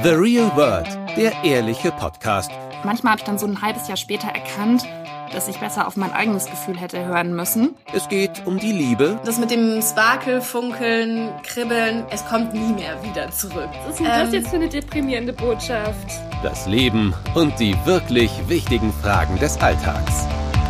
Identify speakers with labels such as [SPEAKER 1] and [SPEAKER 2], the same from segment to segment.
[SPEAKER 1] The Real World, der ehrliche Podcast.
[SPEAKER 2] Manchmal habe ich dann so ein halbes Jahr später erkannt, dass ich besser auf mein eigenes Gefühl hätte hören müssen.
[SPEAKER 1] Es geht um die Liebe.
[SPEAKER 3] Das mit dem Sparkel, Funkeln, Kribbeln, es kommt nie mehr wieder zurück.
[SPEAKER 4] Was ist denn das jetzt für eine deprimierende Botschaft?
[SPEAKER 1] Das Leben und die wirklich wichtigen Fragen des Alltags.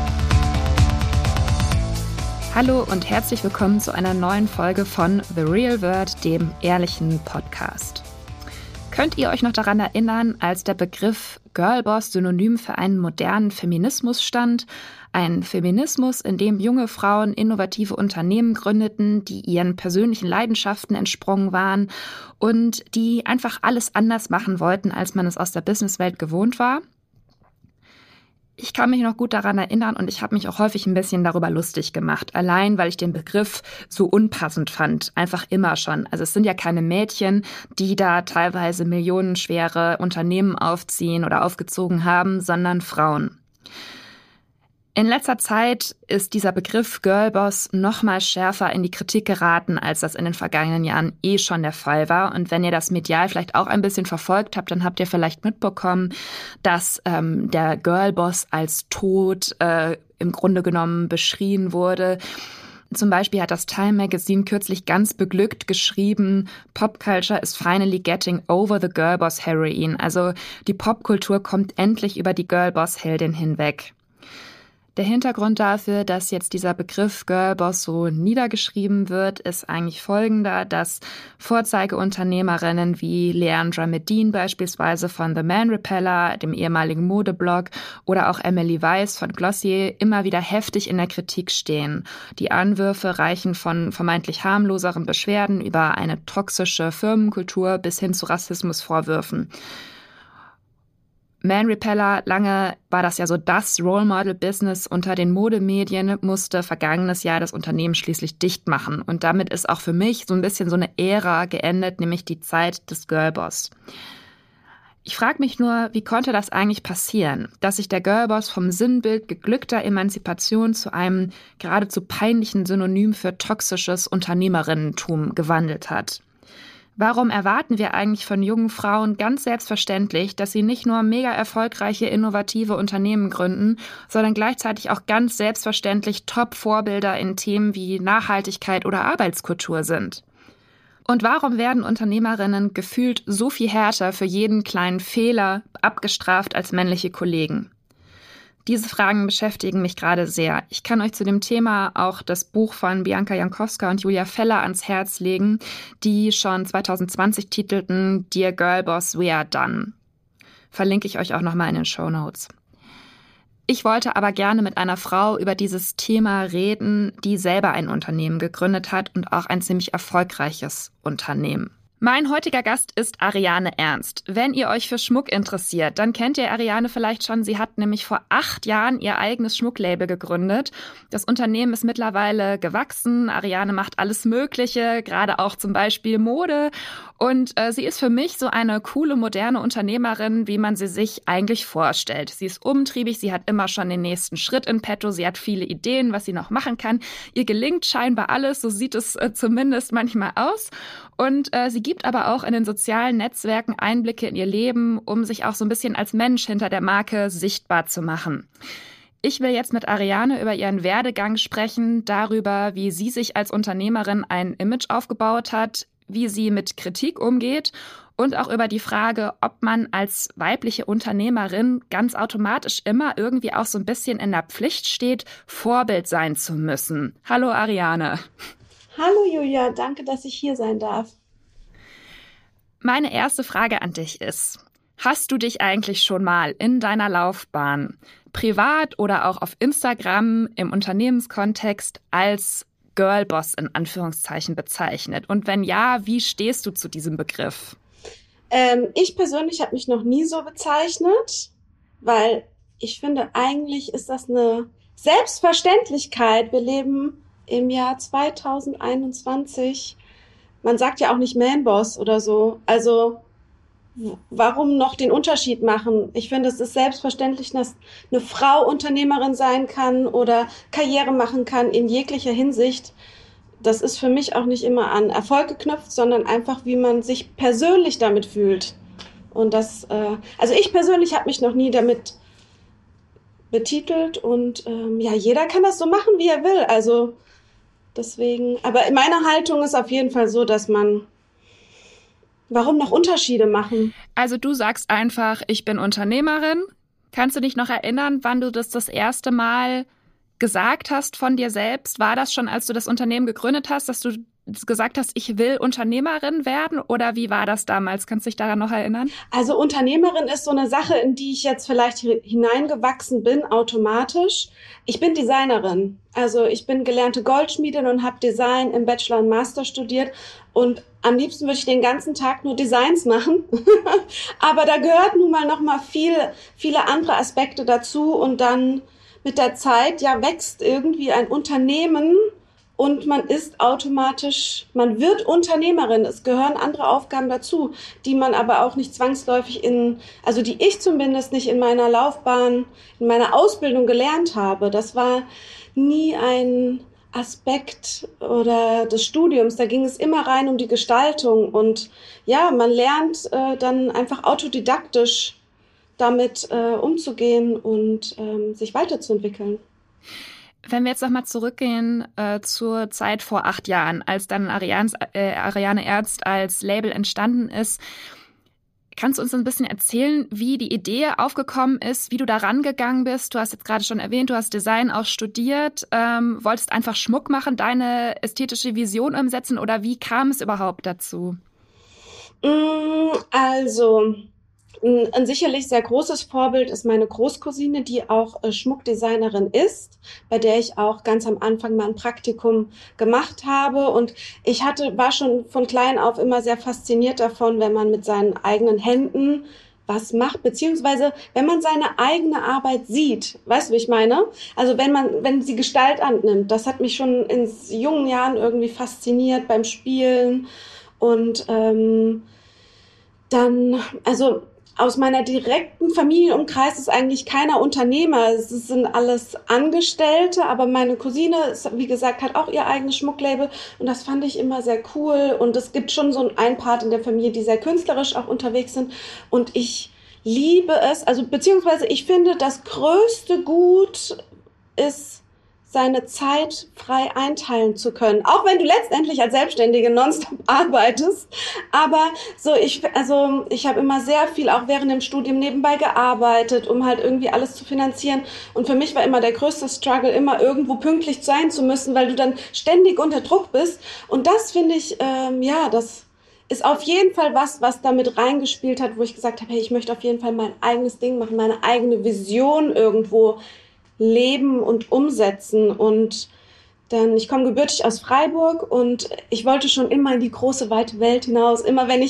[SPEAKER 2] Hallo und herzlich willkommen zu einer neuen Folge von The Real World, dem ehrlichen Podcast. Könnt ihr euch noch daran erinnern, als der Begriff Girlboss synonym für einen modernen Feminismus stand? Ein Feminismus, in dem junge Frauen innovative Unternehmen gründeten, die ihren persönlichen Leidenschaften entsprungen waren und die einfach alles anders machen wollten, als man es aus der Businesswelt gewohnt war. Ich kann mich noch gut daran erinnern und ich habe mich auch häufig ein bisschen darüber lustig gemacht. Allein, weil ich den Begriff so unpassend fand. Einfach immer schon. Also es sind ja keine Mädchen, die da teilweise millionenschwere Unternehmen aufziehen oder aufgezogen haben, sondern Frauen. In letzter Zeit ist dieser Begriff Girlboss noch mal schärfer in die Kritik geraten, als das in den vergangenen Jahren schon der Fall war. Und wenn ihr das medial vielleicht auch ein bisschen verfolgt habt, dann habt ihr vielleicht mitbekommen, dass der Girlboss als tot im Grunde genommen beschrien wurde. Zum Beispiel hat das Time Magazine kürzlich ganz beglückt geschrieben, Popculture is finally getting over the Girlboss heroine. Also die Popkultur kommt endlich über die Girlboss-Heldin hinweg. Der Hintergrund dafür, dass jetzt dieser Begriff Girlboss so niedergeschrieben wird, ist eigentlich folgender, dass Vorzeigeunternehmerinnen wie Leandra Medin beispielsweise von The Man Repeller, dem ehemaligen Modeblog, oder auch Emily Weiss von Glossier immer wieder heftig in der Kritik stehen. Die Anwürfe reichen von vermeintlich harmloseren Beschwerden über eine toxische Firmenkultur bis hin zu Rassismusvorwürfen. Man Repeller, lange war das ja so das Role-Model-Business unter den Modemedien, musste vergangenes Jahr das Unternehmen schließlich dicht machen. Und damit ist auch für mich so ein bisschen so eine Ära geendet, nämlich die Zeit des Girlboss. Ich frage mich nur, wie konnte das eigentlich passieren, dass sich der Girlboss vom Sinnbild geglückter Emanzipation zu einem geradezu peinlichen Synonym für toxisches Unternehmerinnentum gewandelt hat? Warum erwarten wir eigentlich von jungen Frauen ganz selbstverständlich, dass sie nicht nur mega erfolgreiche, innovative Unternehmen gründen, sondern gleichzeitig auch ganz selbstverständlich Top-Vorbilder in Themen wie Nachhaltigkeit oder Arbeitskultur sind? Und warum werden Unternehmerinnen gefühlt so viel härter für jeden kleinen Fehler abgestraft als männliche Kollegen? Diese Fragen beschäftigen mich gerade sehr. Ich kann euch zu dem Thema auch das Buch von Bianca Jankowska und Julia Feller ans Herz legen, die schon 2020 titelten Dear Girlboss, we are done. Verlinke ich euch auch nochmal in den Shownotes. Ich wollte aber gerne mit einer Frau über dieses Thema reden, die selber ein Unternehmen gegründet hat und auch ein ziemlich erfolgreiches Unternehmen. Mein heutiger Gast ist Ariane Ernst. Wenn ihr euch für Schmuck interessiert, dann kennt ihr Ariane vielleicht schon. Sie hat nämlich vor 8 Jahren ihr eigenes Schmucklabel gegründet. Das Unternehmen ist mittlerweile gewachsen. Ariane macht alles Mögliche, gerade auch zum Beispiel Mode. Und sie ist für mich so eine coole, moderne Unternehmerin, wie man sie sich eigentlich vorstellt. Sie ist umtriebig, sie hat immer schon den nächsten Schritt in petto, sie hat viele Ideen, was sie noch machen kann. Ihr gelingt scheinbar alles, so sieht es zumindest manchmal aus. Und sie gibt aber auch in den sozialen Netzwerken Einblicke in ihr Leben, um sich auch so ein bisschen als Mensch hinter der Marke sichtbar zu machen. Ich will jetzt mit Ariane über ihren Werdegang sprechen, darüber, wie sie sich als Unternehmerin ein Image aufgebaut hat, wie sie mit Kritik umgeht und auch über die Frage, ob man als weibliche Unternehmerin ganz automatisch immer irgendwie auch so ein bisschen in der Pflicht steht, Vorbild sein zu müssen. Hallo Ariane.
[SPEAKER 4] Hallo Julia, danke, dass ich hier sein darf.
[SPEAKER 2] Meine erste Frage an dich ist, hast du dich eigentlich schon mal in deiner Laufbahn, privat oder auch auf Instagram im Unternehmenskontext, als Girlboss in Anführungszeichen bezeichnet? Und wenn ja, wie stehst du zu diesem Begriff?
[SPEAKER 4] Ich persönlich habe mich noch nie so bezeichnet, weil ich finde, eigentlich ist das eine Selbstverständlichkeit. Wir leben im Jahr 2021. Man sagt ja auch nicht Man-Boss oder so. Also warum noch den Unterschied machen? Ich finde, es ist selbstverständlich, dass eine Frau Unternehmerin sein kann oder Karriere machen kann in jeglicher Hinsicht. Das ist für mich auch nicht immer an Erfolg geknüpft, sondern einfach, wie man sich persönlich damit fühlt. Und also ich persönlich habe mich noch nie damit betitelt und jeder kann das so machen, wie er will. Also deswegen, aber meine Haltung ist auf jeden Fall so, dass warum noch Unterschiede machen?
[SPEAKER 2] Also du sagst einfach, ich bin Unternehmerin. Kannst du dich noch erinnern, wann du das erste Mal gesagt hast von dir selbst? War das schon, als du das Unternehmen gegründet hast, dass du gesagt hast, ich will Unternehmerin werden? Oder wie war das damals? Kannst du dich daran noch erinnern?
[SPEAKER 4] Also Unternehmerin ist so eine Sache, in die ich jetzt vielleicht hineingewachsen bin, automatisch. Ich bin Designerin. Also ich bin gelernte Goldschmiedin und habe Design im Bachelor und Master studiert. Und am liebsten würde ich den ganzen Tag nur Designs machen. Aber da gehört nun mal noch mal viele andere Aspekte dazu. Und dann mit der Zeit wächst irgendwie ein Unternehmen und man wird Unternehmerin. Es gehören andere Aufgaben dazu, die man aber auch nicht zwangsläufig die ich zumindest nicht in meiner Laufbahn, in meiner Ausbildung gelernt habe. Das war nie ein Aspekt oder des Studiums. Da ging es immer rein um die Gestaltung und man lernt dann einfach autodidaktisch damit umzugehen und sich weiterzuentwickeln.
[SPEAKER 2] Wenn wir jetzt nochmal zurückgehen zur Zeit vor 8 Jahren, als dann Ariane Ernst als Label entstanden ist, kannst du uns ein bisschen erzählen, wie die Idee aufgekommen ist, wie du da rangegangen bist? Du hast jetzt gerade schon erwähnt, du hast Design auch studiert, wolltest einfach Schmuck machen, deine ästhetische Vision umsetzen oder wie kam es überhaupt dazu?
[SPEAKER 4] Also ein sicherlich sehr großes Vorbild ist meine Großcousine, die auch Schmuckdesignerin ist, bei der ich auch ganz am Anfang mal ein Praktikum gemacht habe. Und ich war schon von klein auf immer sehr fasziniert davon, wenn man mit seinen eigenen Händen was macht, beziehungsweise wenn man seine eigene Arbeit sieht. Weißt du, wie ich meine? Also wenn sie Gestalt annimmt, das hat mich schon in jungen Jahren irgendwie fasziniert beim Spielen. Und aus meiner direkten Familienumkreis ist eigentlich keiner Unternehmer. Es sind alles Angestellte, aber meine Cousine, wie gesagt, hat auch ihr eigenes Schmucklabel und das fand ich immer sehr cool. Und es gibt schon so einen Part in der Familie, die sehr künstlerisch auch unterwegs sind. Und ich liebe es, beziehungsweise ich finde, das größte Gut ist, seine Zeit frei einteilen zu können. Auch wenn du letztendlich als Selbstständige nonstop arbeitest. Aber ich habe immer sehr viel auch während dem Studium nebenbei gearbeitet, um halt irgendwie alles zu finanzieren. Und für mich war immer der größte Struggle, immer irgendwo pünktlich sein zu müssen, weil du dann ständig unter Druck bist. Und das finde ich, das ist auf jeden Fall was damit reingespielt hat, wo ich gesagt habe, hey, ich möchte auf jeden Fall mein eigenes Ding machen, meine eigene Vision irgendwo leben und umsetzen. Und dann, ich komme gebürtig aus Freiburg und ich wollte schon immer in die große, weite Welt hinaus. Immer wenn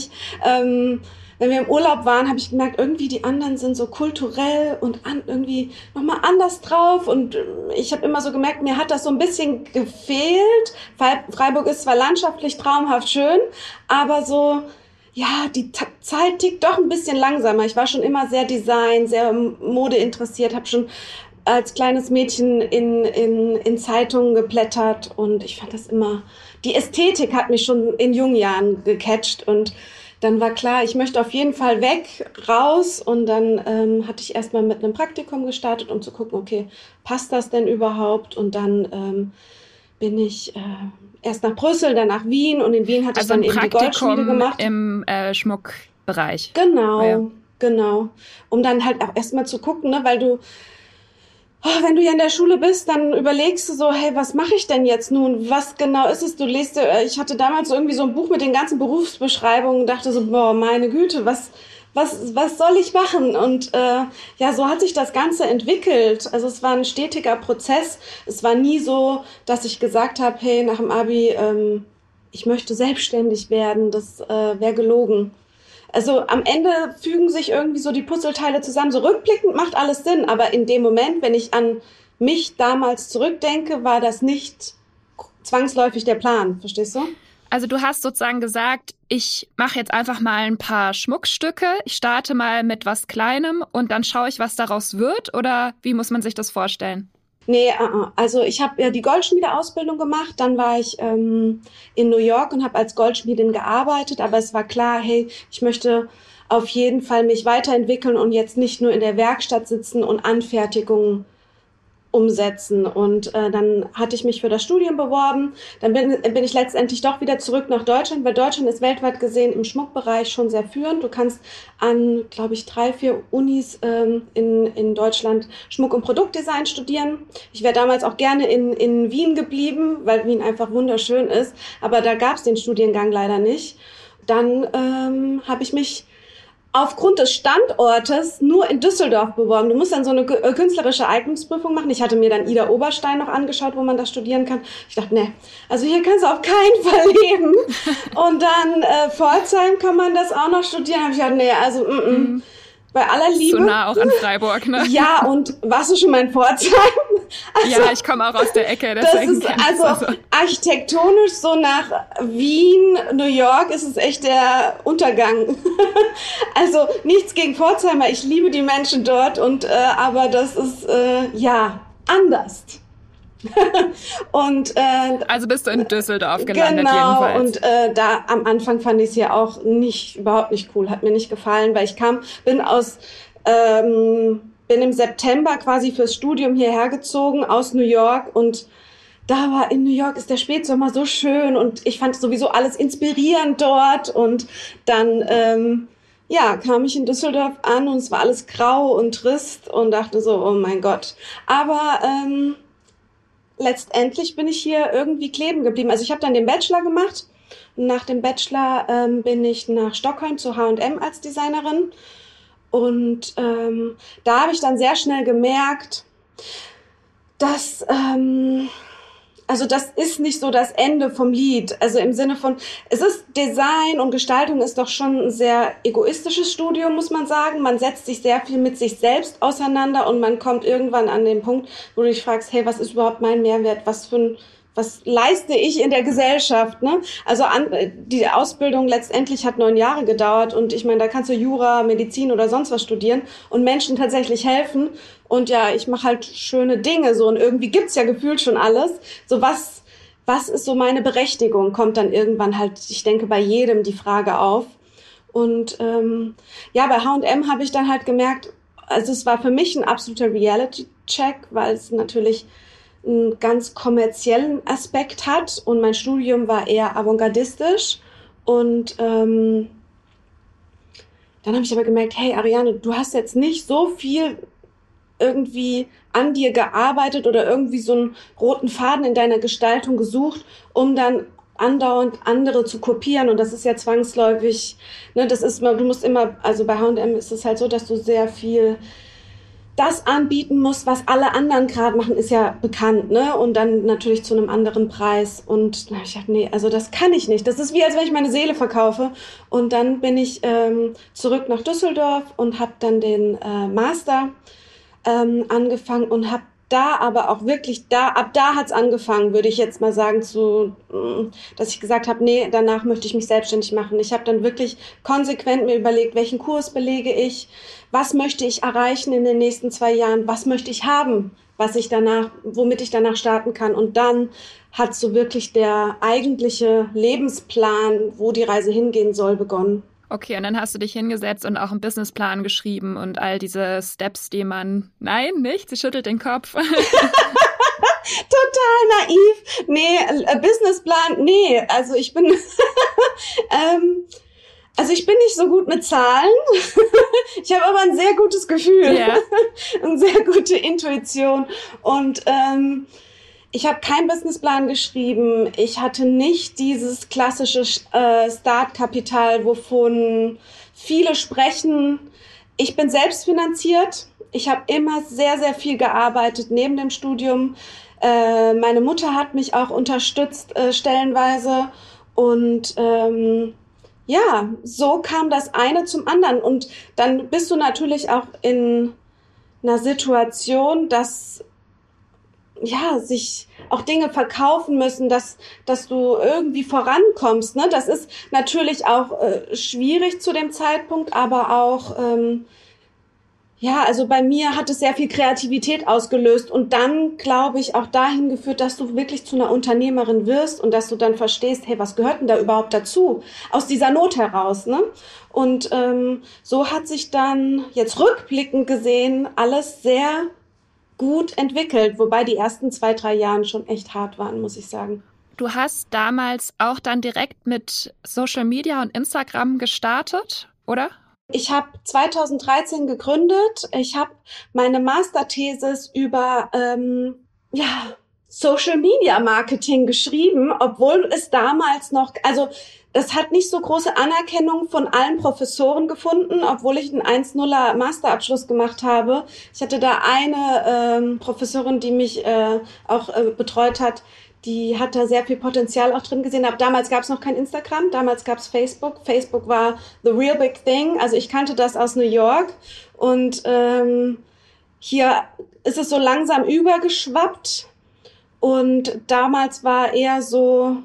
[SPEAKER 4] wir im Urlaub waren, habe ich gemerkt, irgendwie die anderen sind so kulturell und irgendwie nochmal anders drauf. Und ich habe immer so gemerkt, mir hat das so ein bisschen gefehlt. Freiburg ist zwar landschaftlich traumhaft schön, aber die Zeit tickt doch ein bisschen langsamer. Ich war schon immer sehr Design, sehr Mode interessiert, habe schon als kleines Mädchen in Zeitungen geblättert und ich fand das immer, die Ästhetik hat mich schon in jungen Jahren gecatcht und dann war klar, ich möchte auf jeden Fall raus und dann hatte ich erstmal mit einem Praktikum gestartet, um zu gucken, okay, passt das denn überhaupt? Und dann bin ich erst nach Brüssel, dann nach Wien und in Wien hatte ich dann eben die Goldschmiede gemacht.
[SPEAKER 2] Im Schmuckbereich.
[SPEAKER 4] Genau. Um dann halt auch erstmal zu gucken, ne, weil wenn du ja in der Schule bist, dann überlegst du so, hey, was mache ich denn jetzt nun? Was genau ist es? Du liest, ich hatte damals irgendwie so ein Buch mit den ganzen Berufsbeschreibungen und dachte so, boah, meine Güte, was soll ich machen? Und so hat sich das Ganze entwickelt. Also es war ein stetiger Prozess. Es war nie so, dass ich gesagt habe, hey, nach dem Abi, ich möchte selbstständig werden. Das wäre gelogen. Also am Ende fügen sich irgendwie so die Puzzleteile zusammen. So rückblickend macht alles Sinn, aber in dem Moment, wenn ich an mich damals zurückdenke, war das nicht zwangsläufig der Plan. Verstehst du?
[SPEAKER 2] Also du hast sozusagen gesagt, ich mache jetzt einfach mal ein paar Schmuckstücke, ich starte mal mit was Kleinem und dann schaue ich, was daraus wird? Oder wie muss man sich das vorstellen?
[SPEAKER 4] Nee, also ich habe ja die Goldschmiedeausbildung gemacht, dann war ich in New York und habe als Goldschmiedin gearbeitet, aber es war klar, hey, ich möchte auf jeden Fall mich weiterentwickeln und jetzt nicht nur in der Werkstatt sitzen und Anfertigungen umsetzen. Und dann hatte ich mich für das Studium beworben. Dann bin ich letztendlich doch wieder zurück nach Deutschland, weil Deutschland ist weltweit gesehen im Schmuckbereich schon sehr führend. Du kannst an, glaube ich, 3-4 Unis in Deutschland Schmuck- und Produktdesign studieren. Ich wäre damals auch gerne in Wien geblieben, weil Wien einfach wunderschön ist. Aber da gab es den Studiengang leider nicht. Dann habe ich mich aufgrund des Standortes nur in Düsseldorf beworben. Du musst dann so eine künstlerische Eignungsprüfung machen. Ich hatte mir dann Ida Oberstein noch angeschaut, wo man das studieren kann. Ich dachte, nee, also hier kannst du auf keinen Fall leben. Und dann Pforzheim kann man das auch noch studieren. Da habe ich gedacht, nee, also bei aller Liebe.
[SPEAKER 2] So nah auch an Freiburg, ne?
[SPEAKER 4] Ja, und warst du schon mal in Pforzheim?
[SPEAKER 2] Also, ja, ich komme auch aus der Ecke. Deswegen
[SPEAKER 4] das ist also architektonisch so nach Wien, New York ist es echt der Untergang. Also nichts gegen Pforzheimer, ich liebe die Menschen dort, und aber das ist anders. Und
[SPEAKER 2] also bist du in Düsseldorf gelandet,
[SPEAKER 4] genau,
[SPEAKER 2] jedenfalls.
[SPEAKER 4] Und da am Anfang fand ich es ja auch überhaupt nicht cool, hat mir nicht gefallen, weil ich bin im September quasi fürs Studium hierher gezogen aus New York, und in New York ist der Spätsommer so schön und ich fand sowieso alles inspirierend dort, und dann kam ich in Düsseldorf an und es war alles grau und trist und dachte so, oh mein Gott. Aber letztendlich bin ich hier irgendwie kleben geblieben. Also ich habe dann den Bachelor gemacht, und nach dem Bachelor bin ich nach Stockholm zu H&M als Designerin. Und da habe ich dann sehr schnell gemerkt, dass also das ist nicht so das Ende vom Lied. Also im Sinne von, es ist Design und Gestaltung ist doch schon ein sehr egoistisches Studium, muss man sagen. Man setzt sich sehr viel mit sich selbst auseinander und man kommt irgendwann an den Punkt, wo du dich fragst, hey, was ist überhaupt mein Mehrwert? Was leiste ich in der Gesellschaft, ne? Also die Ausbildung letztendlich hat 9 Jahre gedauert, und ich meine, da kannst du Jura, Medizin oder sonst was studieren und Menschen tatsächlich helfen. Und ja, ich mache halt schöne Dinge so, und irgendwie gibt's ja gefühlt schon alles. So was ist so meine Berechtigung? Kommt dann irgendwann halt, ich denke, bei jedem die Frage auf. Und bei H&M habe ich dann halt gemerkt, also es war für mich ein absoluter Reality-Check, weil es natürlich einen ganz kommerziellen Aspekt hat, und mein Studium war eher avantgardistisch. Und dann habe ich aber gemerkt, hey Ariane, du hast jetzt nicht so viel irgendwie an dir gearbeitet oder irgendwie so einen roten Faden in deiner Gestaltung gesucht, um dann andauernd andere zu kopieren. Und das ist ja zwangsläufig, ne, du musst immer, also bei H&M ist es halt so, dass du sehr viel das anbieten musst, was alle anderen gerade machen, ist ja bekannt, ne? Und dann natürlich zu einem anderen Preis. Und ich dachte, nee, also das kann ich nicht. Das ist wie, als wenn ich meine Seele verkaufe. Und dann bin ich zurück nach Düsseldorf und habe dann den Master angefangen und habe da aber auch wirklich, ab da hat's angefangen, würde ich jetzt mal sagen, dass ich gesagt habe, nee, danach möchte ich mich selbstständig machen. Ich habe dann wirklich konsequent mir überlegt, welchen Kurs belege ich, was möchte ich erreichen in den nächsten 2 Jahren, was möchte ich haben, womit ich danach starten kann. Und dann hat so wirklich der eigentliche Lebensplan, wo die Reise hingehen soll, begonnen.
[SPEAKER 2] Okay, und dann hast du dich hingesetzt und auch einen Businessplan geschrieben und all diese Steps, die man... Nein, nicht? Sie schüttelt den Kopf.
[SPEAKER 4] Total naiv. Nee, Businessplan, nee. Also ich bin... ich bin nicht so gut mit Zahlen. Ich habe aber ein sehr gutes Gefühl. Ja. Eine sehr gute Intuition. Und ich habe keinen Businessplan geschrieben. Ich hatte nicht dieses klassische Startkapital, wovon viele sprechen. Ich bin selbstfinanziert. Ich habe immer sehr, sehr viel gearbeitet neben dem Studium. Meine Mutter hat mich auch unterstützt stellenweise. Und so kam das eine zum anderen. Und dann bist du natürlich auch in einer Situation, dass sich auch Dinge verkaufen müssen, dass du irgendwie vorankommst, ne? Das ist natürlich auch schwierig zu dem Zeitpunkt, aber auch Ja, also bei mir hat es sehr viel Kreativität ausgelöst und dann, glaube ich, auch dahin geführt, dass du wirklich zu einer Unternehmerin wirst und dass du dann verstehst, hey, was gehört denn da überhaupt dazu? Aus dieser Not heraus, ne? Und so hat sich dann jetzt rückblickend gesehen alles sehr gut entwickelt, wobei die ersten 2-3 Jahre schon echt hart waren, muss ich sagen.
[SPEAKER 2] Du hast damals auch dann direkt mit Social Media und Instagram gestartet, oder?
[SPEAKER 4] Ich habe 2013 gegründet. Ich habe meine Masterthesis über Social Media Marketing geschrieben, obwohl es damals noch, also das hat nicht so große Anerkennung von allen Professoren gefunden, obwohl ich einen 1,0er Masterabschluss gemacht habe. Ich hatte da eine Professorin, die mich auch betreut hat, die hat da sehr viel Potenzial auch drin gesehen. Aber damals gab es noch kein Instagram, damals gab es Facebook. Facebook war the real big thing. Also ich kannte das aus New York. Und hier ist es so langsam übergeschwappt. Und damals war eher so,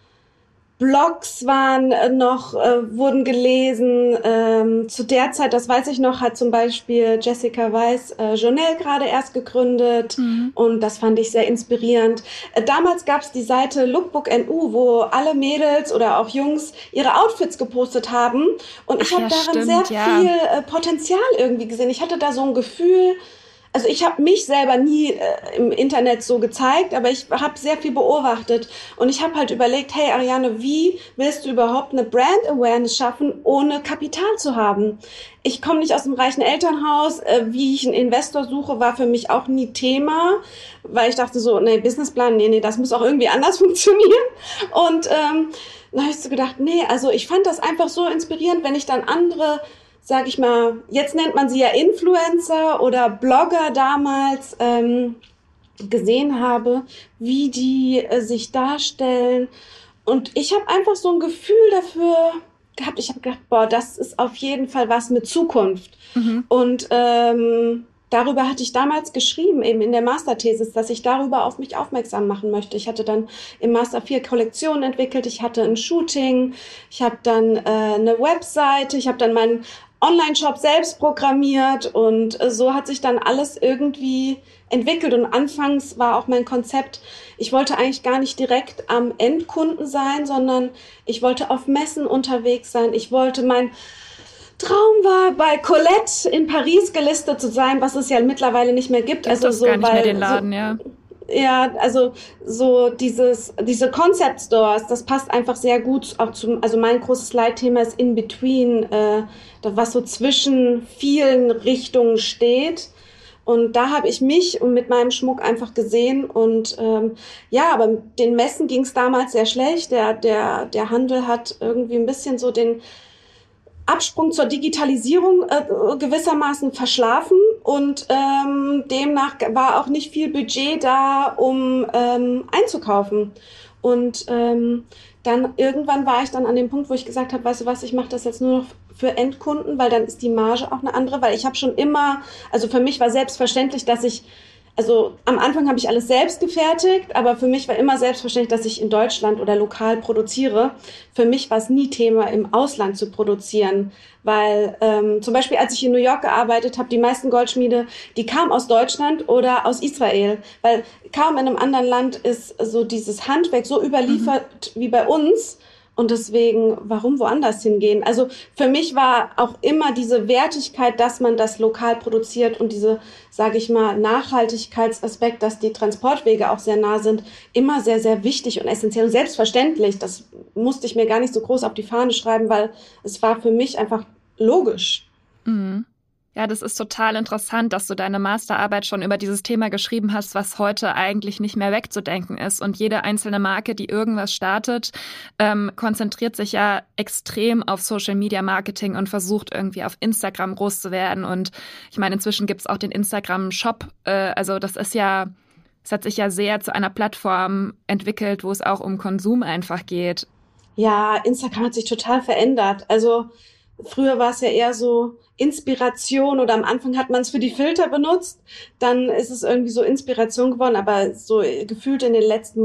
[SPEAKER 4] Blogs waren wurden gelesen. Zu der Zeit, das weiß ich noch, hat zum Beispiel Jessica Weiss Journal gerade erst gegründet. Und das fand ich sehr inspirierend. Damals gab es die Seite Lookbook.NU, wo alle Mädels oder auch Jungs ihre Outfits gepostet haben. Und ich habe darin sehr viel Potenzial irgendwie gesehen. Ich hatte da so ein Gefühl. Also ich habe mich selber nie im Internet so gezeigt, aber ich habe sehr viel beobachtet und ich habe halt überlegt, hey Ariane, wie willst du überhaupt eine Brand Awareness schaffen, ohne Kapital zu haben? Ich komme nicht aus einem reichen Elternhaus, wie ich einen Investor suche, war für mich auch nie Thema, weil ich dachte so, nee, Businessplan, nee, das muss auch irgendwie anders funktionieren. Und dann habe ich so gedacht, nee, also ich fand das einfach so inspirierend, wenn ich dann andere, sag ich mal, jetzt nennt man sie ja Influencer oder Blogger damals, gesehen habe, wie die sich darstellen. Und ich habe einfach so ein Gefühl dafür gehabt. Ich habe gedacht, boah, das ist auf jeden Fall was mit Zukunft. Und darüber hatte ich damals geschrieben, eben in der Masterthesis, dass ich darüber auf mich aufmerksam machen möchte. Ich hatte dann im Master 4 Kollektionen entwickelt, ich hatte ein Shooting, ich habe dann eine Webseite, ich habe dann meinen Online-Shop selbst programmiert und so hat sich dann alles irgendwie entwickelt. Und anfangs war auch mein Konzept, ich wollte eigentlich gar nicht direkt am Endkunden sein, sondern ich wollte auf Messen unterwegs sein. Mein Traum war, bei Colette in Paris gelistet zu sein, was es ja mittlerweile nicht mehr gibt.
[SPEAKER 2] Also so, gar nicht mehr den Laden, ja.
[SPEAKER 4] Ja, also so diese Concept Stores, das passt einfach sehr gut auch also mein großes Leitthema ist in between, was so zwischen vielen Richtungen steht. Und da habe ich mich und mit meinem Schmuck einfach gesehen. Und aber den Messen ging es damals sehr schlecht. Der Handel hat irgendwie ein bisschen so den Absprung zur Digitalisierung gewissermaßen verschlafen und demnach war auch nicht viel Budget da, um einzukaufen. Und dann irgendwann war ich dann an dem Punkt, wo ich gesagt habe, weißt du was, ich mache das jetzt nur noch für Endkunden, weil dann ist die Marge auch eine andere, weil ich habe schon immer, also für mich war selbstverständlich, also am Anfang habe ich alles selbst gefertigt, aber für mich war immer selbstverständlich, dass ich in Deutschland oder lokal produziere. Für mich war es nie Thema, im Ausland zu produzieren, weil zum Beispiel, als ich in New York gearbeitet habe, die meisten Goldschmiede, die kamen aus Deutschland oder aus Israel, weil kaum in einem anderen Land ist so dieses Handwerk so überliefert wie bei uns. Und deswegen, warum woanders hingehen? Also für mich war auch immer diese Wertigkeit, dass man das lokal produziert und diese, sage ich mal, Nachhaltigkeitsaspekt, dass die Transportwege auch sehr nah sind, immer sehr, sehr wichtig und essentiell und selbstverständlich. Das musste ich mir gar nicht so groß auf die Fahne schreiben, weil es war für mich einfach logisch.
[SPEAKER 2] Mhm. Ja, das ist total interessant, dass du deine Masterarbeit schon über dieses Thema geschrieben hast, was heute eigentlich nicht mehr wegzudenken ist. Und jede einzelne Marke, die irgendwas startet, konzentriert sich ja extrem auf Social Media Marketing und versucht irgendwie auf Instagram groß zu werden. Und ich meine, inzwischen gibt es auch den Instagram Shop. Also es hat sich ja sehr zu einer Plattform entwickelt, wo es auch um Konsum einfach geht.
[SPEAKER 4] Ja, Instagram hat sich total verändert. Also früher war es ja eher so Inspiration oder am Anfang hat man es für die Filter benutzt, dann ist es irgendwie so Inspiration geworden, aber so gefühlt in den letzten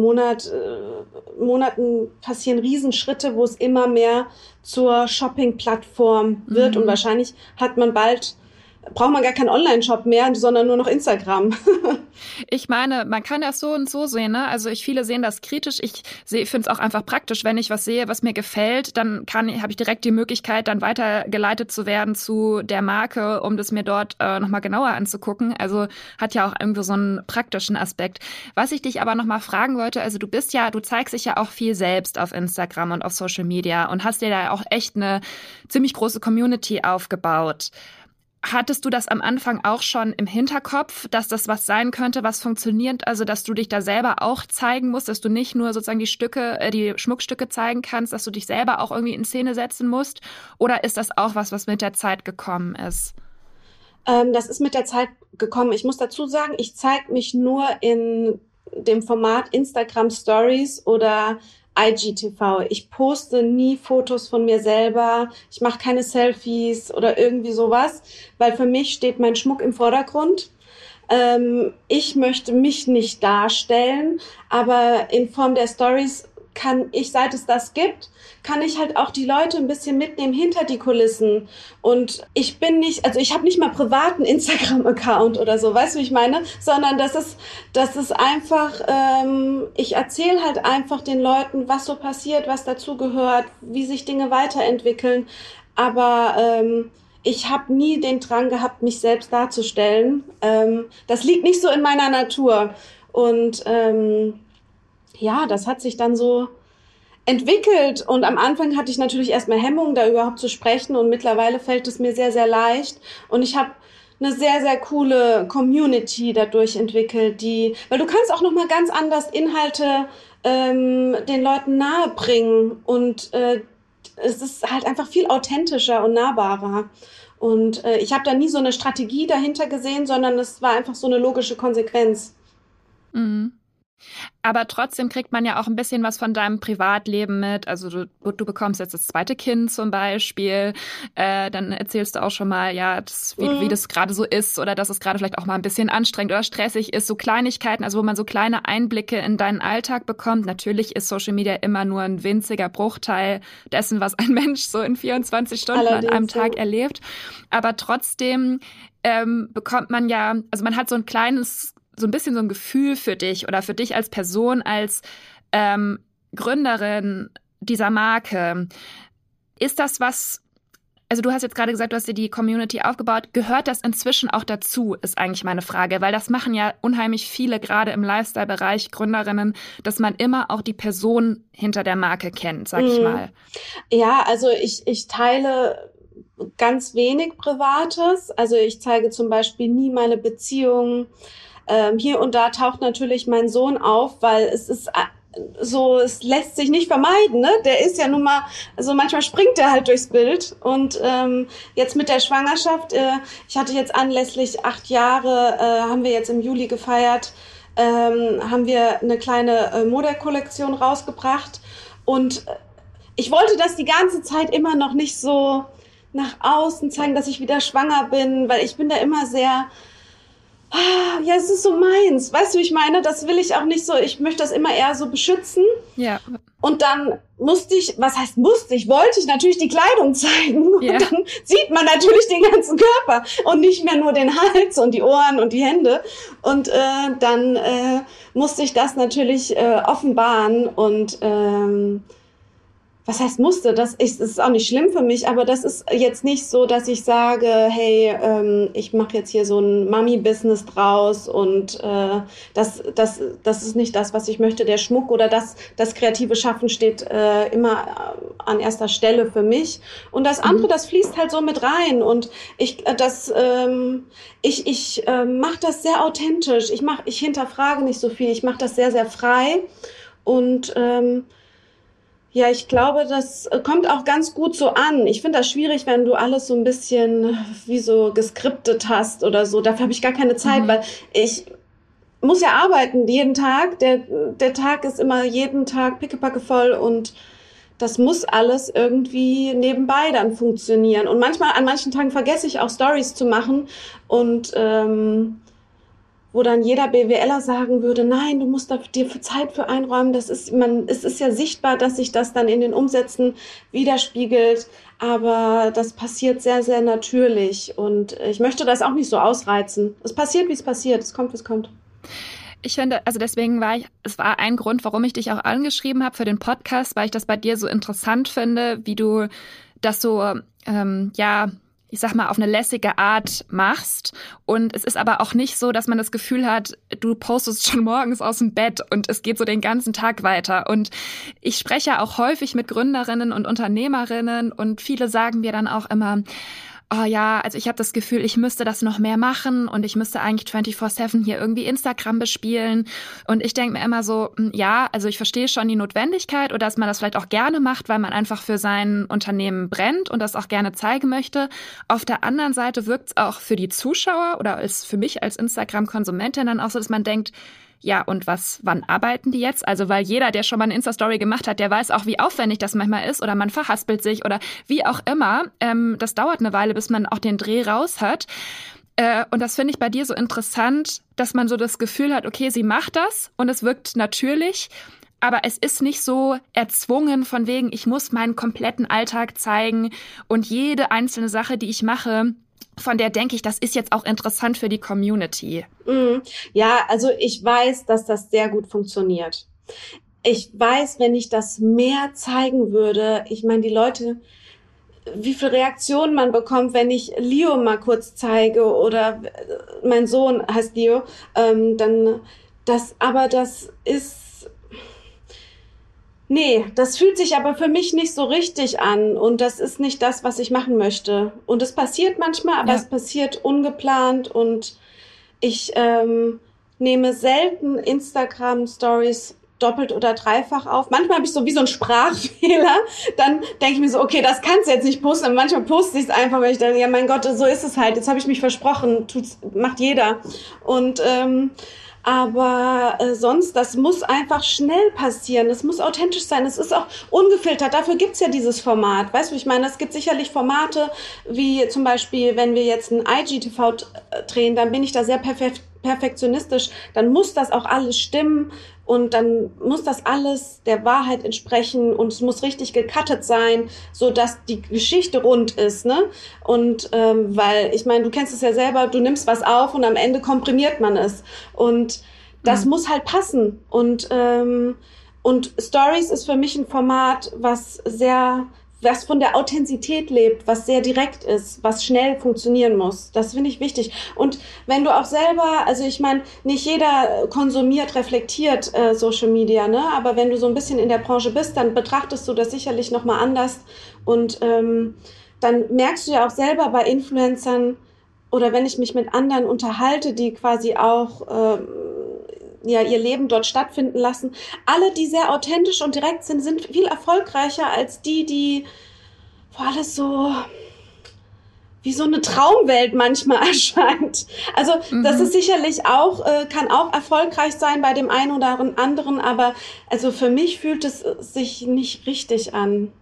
[SPEAKER 4] Monaten passieren Riesenschritte, wo es immer mehr zur Shopping-Plattform wird und wahrscheinlich hat man bald braucht man gar keinen Online-Shop mehr, sondern nur noch Instagram.
[SPEAKER 2] Ich meine, man kann das so und so sehen, ne? Also viele sehen das kritisch. Ich finde es auch einfach praktisch, wenn ich was sehe, was mir gefällt, dann habe ich direkt die Möglichkeit, dann weitergeleitet zu werden zu der Marke, um das mir dort nochmal genauer anzugucken. Also hat ja auch irgendwie so einen praktischen Aspekt. Was ich dich aber nochmal fragen wollte, also du zeigst dich ja auch viel selbst auf Instagram und auf Social Media und hast dir da auch echt eine ziemlich große Community aufgebaut. Hattest du das am Anfang auch schon im Hinterkopf, dass das was sein könnte, was funktioniert? Also, dass du dich da selber auch zeigen musst, dass du nicht nur sozusagen die Schmuckstücke zeigen kannst, dass du dich selber auch irgendwie in Szene setzen musst? Oder ist das auch was mit der Zeit gekommen ist?
[SPEAKER 4] Das ist mit der Zeit gekommen. Ich muss dazu sagen, ich zeige mich nur in dem Format Instagram Stories oder IGTV. Ich poste nie Fotos von mir selber. Ich mache keine Selfies oder irgendwie sowas, weil für mich steht mein Schmuck im Vordergrund. Ich möchte mich nicht darstellen, aber in Form der Stories kann ich, seit es das gibt, kann ich halt auch die Leute ein bisschen mitnehmen hinter die Kulissen. Und ich habe nicht mal privaten Instagram-Account oder so, weißt du, wie ich meine? Sondern das ist einfach, ich erzähle halt einfach den Leuten, was so passiert, was dazugehört, wie sich Dinge weiterentwickeln. Aber ich habe nie den Drang gehabt, mich selbst darzustellen. Das liegt nicht so in meiner Natur. Und ja, das hat sich dann so entwickelt. Und am Anfang hatte ich natürlich erstmal Hemmungen, da überhaupt zu sprechen. Und mittlerweile fällt es mir sehr, sehr leicht. Und ich habe eine sehr, sehr coole Community dadurch entwickelt, weil du kannst auch nochmal ganz anders Inhalte den Leuten nahebringen. Und es ist halt einfach viel authentischer und nahbarer. Und ich habe da nie so eine Strategie dahinter gesehen, sondern es war einfach so eine logische Konsequenz.
[SPEAKER 2] Mhm. Aber trotzdem kriegt man ja auch ein bisschen was von deinem Privatleben mit. Also du bekommst jetzt das zweite Kind zum Beispiel. Dann erzählst du auch schon mal, ja, wie das gerade so ist oder dass es gerade vielleicht auch mal ein bisschen anstrengend oder stressig ist. So Kleinigkeiten, also wo man so kleine Einblicke in deinen Alltag bekommt. Natürlich ist Social Media immer nur ein winziger Bruchteil dessen, was ein Mensch so in 24 Stunden an einem Tag erlebt. Aber trotzdem bekommt man ja, also man hat so ein bisschen so ein Gefühl für dich oder für dich als Person, als Gründerin dieser Marke. Ist das was, also du hast jetzt gerade gesagt, du hast dir die Community aufgebaut. Gehört das inzwischen auch dazu, ist eigentlich meine Frage, weil das machen ja unheimlich viele, gerade im Lifestyle-Bereich, Gründerinnen, dass man immer auch die Person hinter der Marke kennt, sag ich mal.
[SPEAKER 4] Ja, also ich teile ganz wenig Privates. Also ich zeige zum Beispiel nie meine Beziehungen. Hier und da taucht natürlich mein Sohn auf, weil es ist so, es lässt sich nicht vermeiden, ne? Der ist ja nun mal, also manchmal springt der halt durchs Bild. Und jetzt mit der Schwangerschaft, ich hatte jetzt anlässlich 8 Jahre, haben wir jetzt im Juli gefeiert, haben wir eine kleine Modekollektion rausgebracht. Und ich wollte das die ganze Zeit immer noch nicht so nach außen zeigen, dass ich wieder schwanger bin, weil ich bin da immer sehr... Ja, es ist so meins. Weißt du, wie ich meine? Das will ich auch nicht so. Ich möchte das immer eher so beschützen.
[SPEAKER 2] Ja.
[SPEAKER 4] Und dann wollte ich natürlich die Kleidung zeigen.
[SPEAKER 2] Ja.
[SPEAKER 4] Und dann sieht man natürlich den ganzen Körper und nicht mehr nur den Hals und die Ohren und die Hände. Und dann musste ich das natürlich offenbaren und was heißt musste? Das ist auch nicht schlimm für mich, aber das ist jetzt nicht so, dass ich sage, hey, ich mache jetzt hier so ein Mami-Business draus und das ist nicht das, was ich möchte. Der Schmuck oder das kreative Schaffen steht immer an erster Stelle für mich. Und das andere, das fließt halt so mit rein. Und ich mache das sehr authentisch. Ich hinterfrage nicht so viel. Ich mache das sehr, sehr frei. Und ja, ich glaube, das kommt auch ganz gut so an. Ich finde das schwierig, wenn du alles so ein bisschen wie so geskriptet hast oder so. Dafür habe ich gar keine Zeit, weil ich muss ja arbeiten jeden Tag. Der Tag ist immer jeden Tag pickepacke voll und das muss alles irgendwie nebenbei dann funktionieren. Und an manchen Tagen vergesse ich auch Stories zu machen und wo dann jeder BWLer sagen würde, nein, du musst dir Zeit für einräumen. Es ist ja sichtbar, dass sich das dann in den Umsätzen widerspiegelt. Aber das passiert sehr, sehr natürlich. Und ich möchte das auch nicht so ausreizen. Es passiert, wie es passiert. Es kommt, wie es kommt.
[SPEAKER 2] Ich finde, also deswegen es war ein Grund, warum ich dich auch angeschrieben habe für den Podcast, weil ich das bei dir so interessant finde, wie du das so, ich sag mal, auf eine lässige Art machst. Und es ist aber auch nicht so, dass man das Gefühl hat, du postest schon morgens aus dem Bett und es geht so den ganzen Tag weiter. Und ich spreche auch häufig mit Gründerinnen und Unternehmerinnen und viele sagen mir dann auch immer, oh ja, also ich habe das Gefühl, ich müsste das noch mehr machen und ich müsste eigentlich 24/7 hier irgendwie Instagram bespielen. Und ich denke mir immer so, ja, also ich verstehe schon die Notwendigkeit oder dass man das vielleicht auch gerne macht, weil man einfach für sein Unternehmen brennt und das auch gerne zeigen möchte. Auf der anderen Seite wirkt es auch für die Zuschauer oder für mich als Instagram-Konsumentin dann auch so, dass man denkt, ja, und wann arbeiten die jetzt? Also, weil jeder, der schon mal eine Insta-Story gemacht hat, der weiß auch, wie aufwendig das manchmal ist oder man verhaspelt sich oder wie auch immer. Das dauert eine Weile, bis man auch den Dreh raus hat. Und das finde ich bei dir so interessant, dass man so das Gefühl hat, okay, sie macht das und es wirkt natürlich, aber es ist nicht so erzwungen von wegen, ich muss meinen kompletten Alltag zeigen und jede einzelne Sache, die ich mache, von der denke ich, das ist jetzt auch interessant für die Community.
[SPEAKER 4] Ja, also ich weiß, dass das sehr gut funktioniert. Ich weiß, wenn ich das mehr zeigen würde, ich meine, die Leute, wie viel Reaktionen man bekommt, wenn ich Leo mal kurz zeige oder mein Sohn heißt Leo, das ist, nee, das fühlt sich aber für mich nicht so richtig an und das ist nicht das, was ich machen möchte. Und es passiert manchmal, aber es passiert ungeplant und ich nehme selten Instagram-Stories doppelt oder dreifach auf. Manchmal habe ich so wie so einen Sprachfehler. Dann denke ich mir so, okay, das kannst du jetzt nicht posten. Und manchmal poste ich es einfach, weil ich denke, ja mein Gott, so ist es halt. Jetzt habe ich mich versprochen. Macht jeder. Und aber sonst, das muss einfach schnell passieren. Es muss authentisch sein. Es ist auch ungefiltert. Dafür gibt's ja dieses Format. Weißt du, ich meine, es gibt sicherlich Formate, wie zum Beispiel, wenn wir jetzt ein IGTV drehen, dann bin ich da sehr perfektionistisch. Dann muss das auch alles stimmen. Und dann muss das alles der Wahrheit entsprechen und es muss richtig gecuttet sein, so dass die Geschichte rund ist, ne? Und weil, ich meine, du kennst es ja selber, du nimmst was auf und am Ende komprimiert man es. Und das muss halt passen. Und Stories ist für mich ein Format, was von der Authentizität lebt, was sehr direkt ist, was schnell funktionieren muss. Das finde ich wichtig. Und wenn du auch selber, also ich meine, nicht jeder konsumiert, reflektiert Social Media, ne? Aber wenn du so ein bisschen in der Branche bist, dann betrachtest du das sicherlich nochmal anders. Und dann merkst du ja auch selber bei Influencern oder wenn ich mich mit anderen unterhalte, die quasi auch ihr Leben dort stattfinden lassen. Alle, die sehr authentisch und direkt sind viel erfolgreicher als die alles so wie so eine Traumwelt manchmal erscheint. Also das ist sicherlich auch, kann auch erfolgreich sein bei dem einen oder anderen, aber also für mich fühlt es sich nicht richtig an.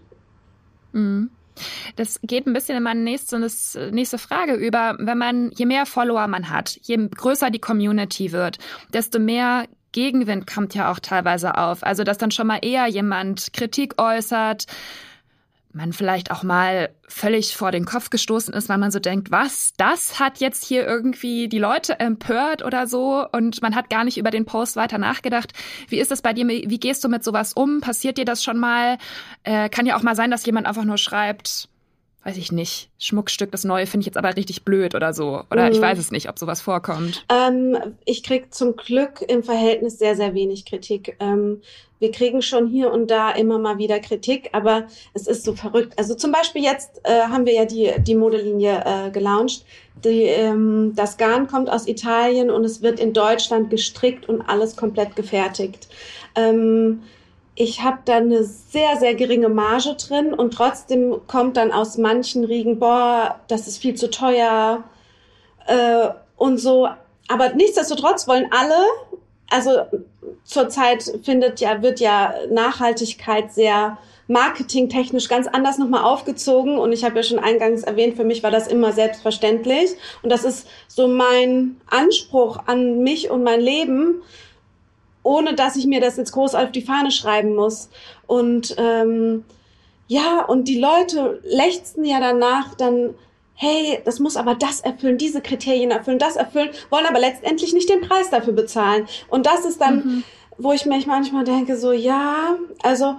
[SPEAKER 2] Das geht ein bisschen in meine nächste Frage über. Je mehr Follower man hat, je größer die Community wird, desto mehr Gegenwind kommt ja auch teilweise auf. Also, dass dann schon mal eher jemand Kritik äußert, man vielleicht auch mal völlig vor den Kopf gestoßen ist, weil man so denkt, was, das hat jetzt hier irgendwie die Leute empört oder so und man hat gar nicht über den Post weiter nachgedacht. Wie ist das bei dir? Wie gehst du mit sowas um? Passiert dir das schon mal? Kann ja auch mal sein, dass jemand einfach nur schreibt, weiß ich nicht, Schmuckstück, das Neue finde ich jetzt aber richtig blöd oder so. Oder ich weiß es nicht, ob sowas vorkommt.
[SPEAKER 4] Ich kriege zum Glück im Verhältnis sehr, sehr wenig Kritik. Wir kriegen schon hier und da immer mal wieder Kritik, aber es ist so verrückt. Also zum Beispiel jetzt haben wir ja die Modelinie gelauncht. Das Garn kommt aus Italien und es wird in Deutschland gestrickt und alles komplett gefertigt. Ich habe da eine sehr, sehr geringe Marge drin und trotzdem kommt dann aus manchen Riegen, boah, das ist viel zu teuer und so. Aber nichtsdestotrotz wollen alle, also zurzeit wird ja Nachhaltigkeit sehr marketingtechnisch ganz anders nochmal aufgezogen. Und ich habe ja schon eingangs erwähnt, für mich war das immer selbstverständlich. Und das ist so mein Anspruch an mich und mein Leben, ohne dass ich mir das jetzt groß auf die Fahne schreiben muss. Und und die Leute lechzen ja danach dann, hey, das muss aber das erfüllen, diese Kriterien erfüllen, das erfüllen, wollen aber letztendlich nicht den Preis dafür bezahlen. Und das ist dann, wo ich mich manchmal denke, so, ja, also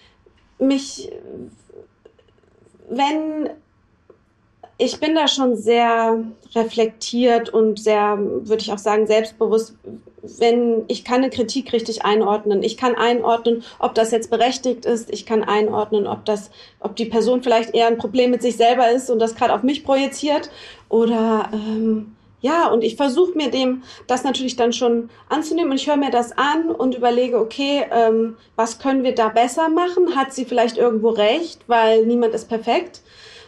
[SPEAKER 4] ich bin da schon sehr reflektiert und sehr, würde ich auch sagen, selbstbewusst, wenn ich kann eine Kritik richtig einordnen. Ich kann einordnen, ob das jetzt berechtigt ist. Ich kann einordnen, ob die Person vielleicht eher ein Problem mit sich selber ist und das gerade auf mich projiziert. Oder und ich versuche mir das natürlich dann schon anzunehmen und ich höre mir das an und überlege, okay, was können wir da besser machen? Hat sie vielleicht irgendwo recht, weil niemand ist perfekt.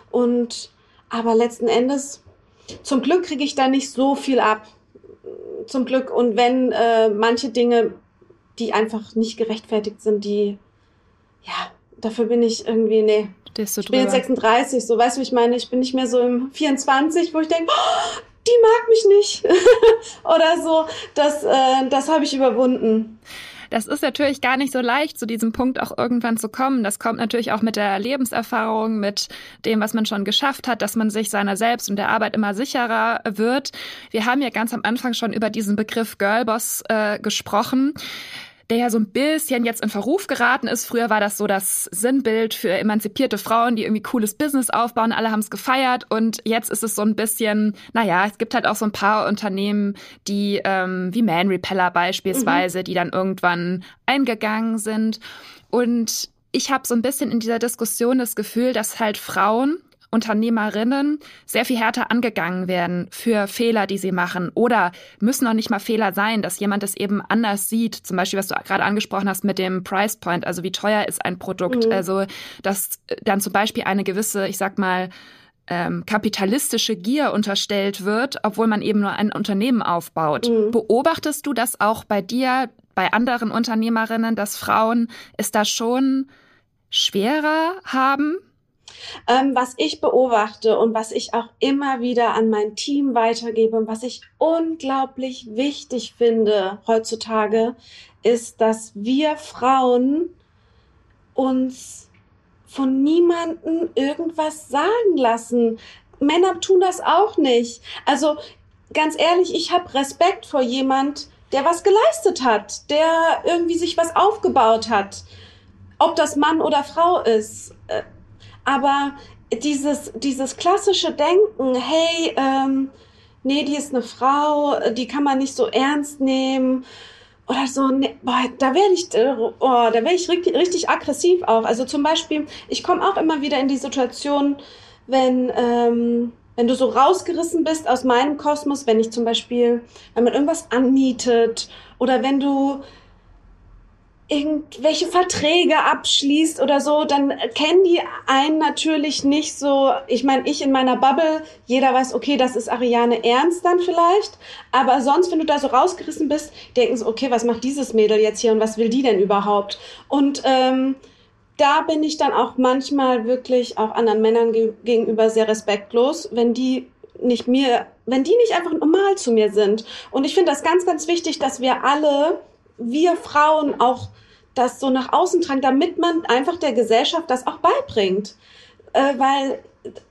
[SPEAKER 4] Aber letzten Endes, zum Glück kriege ich da nicht so viel ab. Zum Glück. Und wenn manche Dinge, die einfach nicht gerechtfertigt sind, dafür bin ich irgendwie,
[SPEAKER 2] Stehst du
[SPEAKER 4] ich bin jetzt 36, so, weißt du, wie ich meine? Ich bin nicht mehr so im 24, wo ich denke, oh, die mag mich nicht. Oder so, das habe ich überwunden.
[SPEAKER 2] Das ist natürlich gar nicht so leicht, zu diesem Punkt auch irgendwann zu kommen. Das kommt natürlich auch mit der Lebenserfahrung, mit dem, was man schon geschafft hat, dass man sich seiner selbst und der Arbeit immer sicherer wird. Wir haben ja ganz am Anfang schon über diesen Begriff Girlboss gesprochen, der ja so ein bisschen jetzt in Verruf geraten ist. Früher war das so das Sinnbild für emanzipierte Frauen, die irgendwie cooles Business aufbauen. Alle haben es gefeiert und jetzt ist es so ein bisschen, es gibt halt auch so ein paar Unternehmen, die wie Man Repeller beispielsweise, die dann irgendwann eingegangen sind. Und ich habe so ein bisschen in dieser Diskussion das Gefühl, dass halt Frauen, Unternehmerinnen sehr viel härter angegangen werden für Fehler, die sie machen, oder müssen noch nicht mal Fehler sein, dass jemand es eben anders sieht. Zum Beispiel, was du gerade angesprochen hast mit dem Price Point, also wie teuer ist ein Produkt. Also, dass dann zum Beispiel eine gewisse, ich sag mal, kapitalistische Gier unterstellt wird, obwohl man eben nur ein Unternehmen aufbaut. Beobachtest du das auch bei dir, bei anderen Unternehmerinnen, dass Frauen es da schon schwerer haben?
[SPEAKER 4] Was ich beobachte und was ich auch immer wieder an mein Team weitergebe und was ich unglaublich wichtig finde heutzutage, ist, dass wir Frauen uns von niemandem irgendwas sagen lassen. Männer tun das auch nicht. Also ganz ehrlich, ich habe Respekt vor jemand, der was geleistet hat, der irgendwie sich was aufgebaut hat. Ob das Mann oder Frau ist. Aber dieses klassische Denken, hey, die ist eine Frau, die kann man nicht so ernst nehmen oder so, da werde ich richtig aggressiv auch. Also zum Beispiel, ich komme auch immer wieder in die Situation, wenn du so rausgerissen bist aus meinem Kosmos, wenn man irgendwas anmietet oder wenn du irgendwelche Verträge abschließt oder so, dann kennen die einen natürlich nicht so. Ich meine, ich in meiner Bubble, jeder weiß, okay, das ist Ariane Ernst dann vielleicht, aber sonst, wenn du da so rausgerissen bist, denken sie, okay, was macht dieses Mädel jetzt hier und was will die denn überhaupt? Und da bin ich dann auch manchmal wirklich auch anderen Männern gegenüber sehr respektlos, wenn die nicht einfach normal zu mir sind. Und ich finde das ganz, ganz wichtig, dass wir Frauen auch das so nach außen tragen, damit man einfach der Gesellschaft das auch beibringt. Weil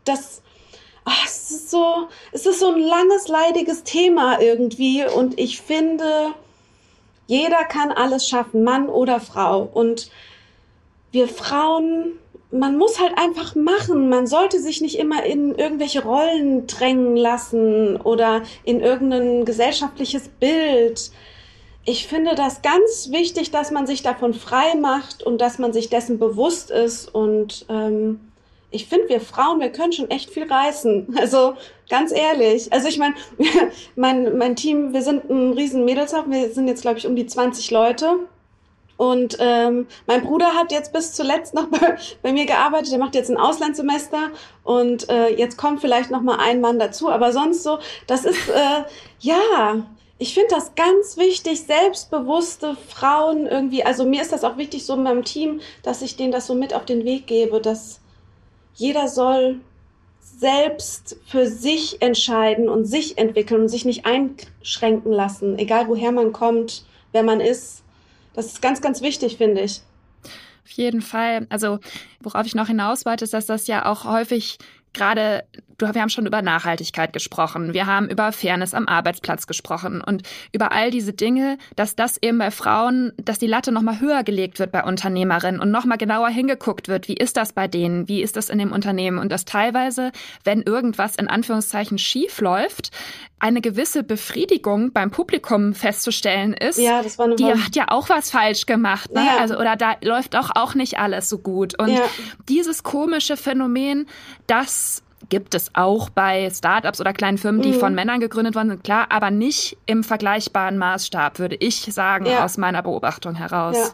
[SPEAKER 4] es ist so ein langes, leidiges Thema irgendwie. Und ich finde, jeder kann alles schaffen, Mann oder Frau. Und wir Frauen, man muss halt einfach machen. Man sollte sich nicht immer in irgendwelche Rollen drängen lassen oder in irgendein gesellschaftliches Bild. Ich finde das ganz wichtig, dass man sich davon frei macht und dass man sich dessen bewusst ist. Und ich finde, wir Frauen, wir können schon echt viel reißen. Also ganz ehrlich. Also ich meine, mein Team, wir sind ein riesen Mädelshaufen. Wir sind jetzt, glaube ich, um die 20 Leute. Und mein Bruder hat jetzt bis zuletzt noch bei mir gearbeitet. Der macht jetzt ein Auslandssemester. Und jetzt kommt vielleicht noch mal ein Mann dazu. Aber sonst so, das ist, Ich finde das ganz wichtig, selbstbewusste Frauen irgendwie, also mir ist das auch wichtig so in meinem Team, dass ich denen das so mit auf den Weg gebe, dass jeder soll selbst für sich entscheiden und sich entwickeln und sich nicht einschränken lassen, egal woher man kommt, wer man ist. Das ist ganz, ganz wichtig, finde ich.
[SPEAKER 2] Auf jeden Fall. Also worauf ich noch hinaus wollte, ist, dass das ja auch häufig gerade, wir haben schon über Nachhaltigkeit gesprochen, wir haben über Fairness am Arbeitsplatz gesprochen und über all diese Dinge, dass das eben bei Frauen, dass die Latte nochmal höher gelegt wird bei Unternehmerinnen und nochmal genauer hingeguckt wird, wie ist das bei denen, wie ist das in dem Unternehmen und dass teilweise, wenn irgendwas in Anführungszeichen schief läuft, eine gewisse Befriedigung beim Publikum festzustellen ist,
[SPEAKER 4] ja, das war
[SPEAKER 2] die hat ja auch was falsch gemacht, ne?
[SPEAKER 4] Ja.
[SPEAKER 2] Also, oder da läuft auch nicht alles so gut. Und dieses komische Phänomen, das gibt es auch bei Startups oder kleinen Firmen, die von Männern gegründet worden sind, klar, aber nicht im vergleichbaren Maßstab, würde ich sagen, aus meiner Beobachtung heraus.
[SPEAKER 4] Ja.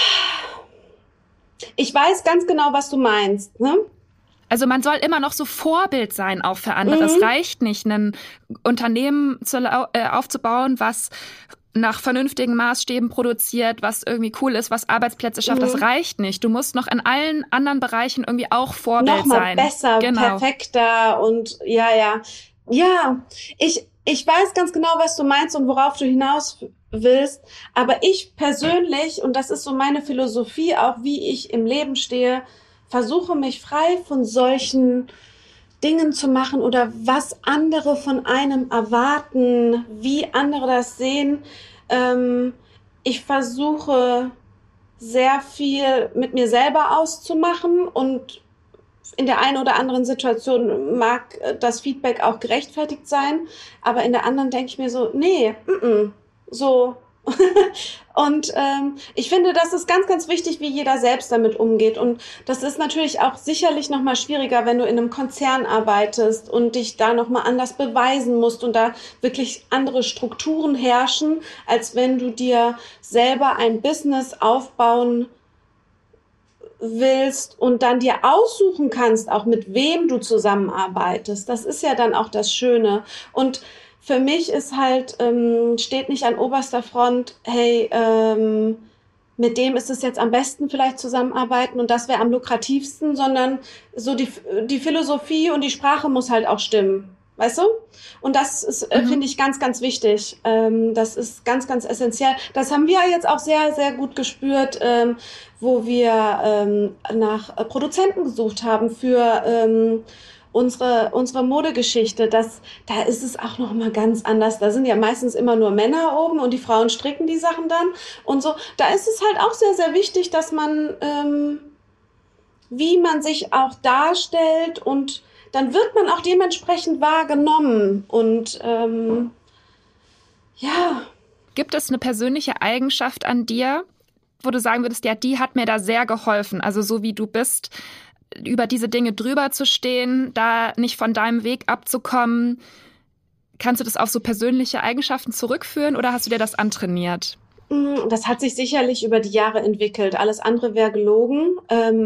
[SPEAKER 4] Ich weiß ganz genau, was du meinst, ne?
[SPEAKER 2] Also man soll immer noch so Vorbild sein, auch für andere. Es reicht nicht, ein Unternehmen aufzubauen, was nach vernünftigen Maßstäben produziert, was irgendwie cool ist, was Arbeitsplätze schafft. Das reicht nicht. Du musst noch in allen anderen Bereichen irgendwie auch Vorbild sein.
[SPEAKER 4] Noch mal besser, perfekter und ja, ich weiß ganz genau, was du meinst und worauf du hinaus willst, aber ich persönlich, und das ist so meine Philosophie, auch wie ich im Leben stehe, versuche mich frei von solchen Dingen zu machen oder was andere von einem erwarten, wie andere das sehen. Ich versuche sehr viel mit mir selber auszumachen und in der einen oder anderen Situation mag das Feedback auch gerechtfertigt sein, aber in der anderen denke ich mir so, nee, so. Und ich finde, das ist ganz, ganz wichtig, wie jeder selbst damit umgeht. Und das ist natürlich auch sicherlich noch mal schwieriger, wenn du in einem Konzern arbeitest und dich da noch mal anders beweisen musst und da wirklich andere Strukturen herrschen, als wenn du dir selber ein Business aufbauen willst und dann dir aussuchen kannst, auch mit wem du zusammenarbeitest. Das ist ja dann auch das Schöne. Und für mich ist halt, steht nicht an oberster Front, hey, mit dem ist es jetzt am besten vielleicht zusammenarbeiten und das wäre am lukrativsten, sondern so die Philosophie und die Sprache muss halt auch stimmen, weißt du? Und das ist, finde ich, ganz, ganz wichtig. Das ist ganz, ganz essentiell. Das haben wir jetzt auch sehr, sehr gut gespürt, wo wir nach Produzenten gesucht haben für unsere Modegeschichte, da ist es auch noch mal ganz anders. Da sind ja meistens immer nur Männer oben und die Frauen stricken die Sachen dann und so. Da ist es halt auch sehr, sehr wichtig, dass man, wie man sich auch darstellt und dann wird man auch dementsprechend wahrgenommen und ja.
[SPEAKER 2] Gibt es eine persönliche Eigenschaft an dir, wo du sagen würdest, ja, die hat mir da sehr geholfen, also so wie du bist, über diese Dinge drüber zu stehen, da nicht von deinem Weg abzukommen. Kannst du das auf so persönliche Eigenschaften zurückführen oder hast du dir das antrainiert?
[SPEAKER 4] Das hat sich sicherlich über die Jahre entwickelt. Alles andere wäre gelogen.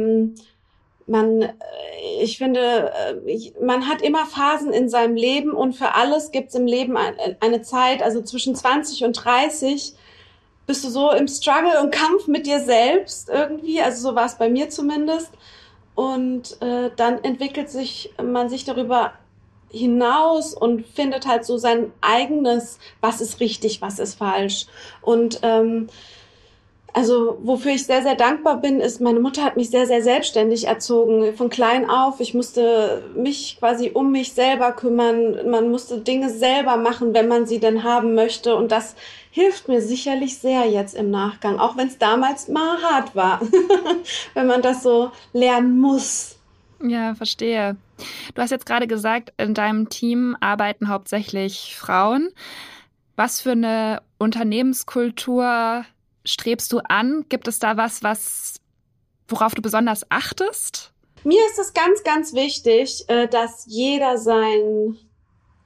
[SPEAKER 4] Ich finde, man hat immer Phasen in seinem Leben und für alles gibt es im Leben eine Zeit, also zwischen 20 und 30 bist du so im Struggle und Kampf mit dir selbst irgendwie, also so war es bei mir zumindest. Und dann entwickelt man sich darüber hinaus und findet halt so sein eigenes, was ist richtig, was ist falsch. Und also wofür ich sehr, sehr dankbar bin, ist, meine Mutter hat mich sehr, sehr selbstständig erzogen. Von klein auf, ich musste mich quasi um mich selber kümmern. Man musste Dinge selber machen, wenn man sie denn haben möchte. Und das hilft mir sicherlich sehr jetzt im Nachgang, auch wenn es damals mal hart war, wenn man das so lernen muss.
[SPEAKER 2] Ja, verstehe. Du hast jetzt gerade gesagt, in deinem Team arbeiten hauptsächlich Frauen. Was für eine Unternehmenskultur strebst du an? Gibt es da worauf du besonders achtest?
[SPEAKER 4] Mir ist es ganz, ganz wichtig, dass jeder sein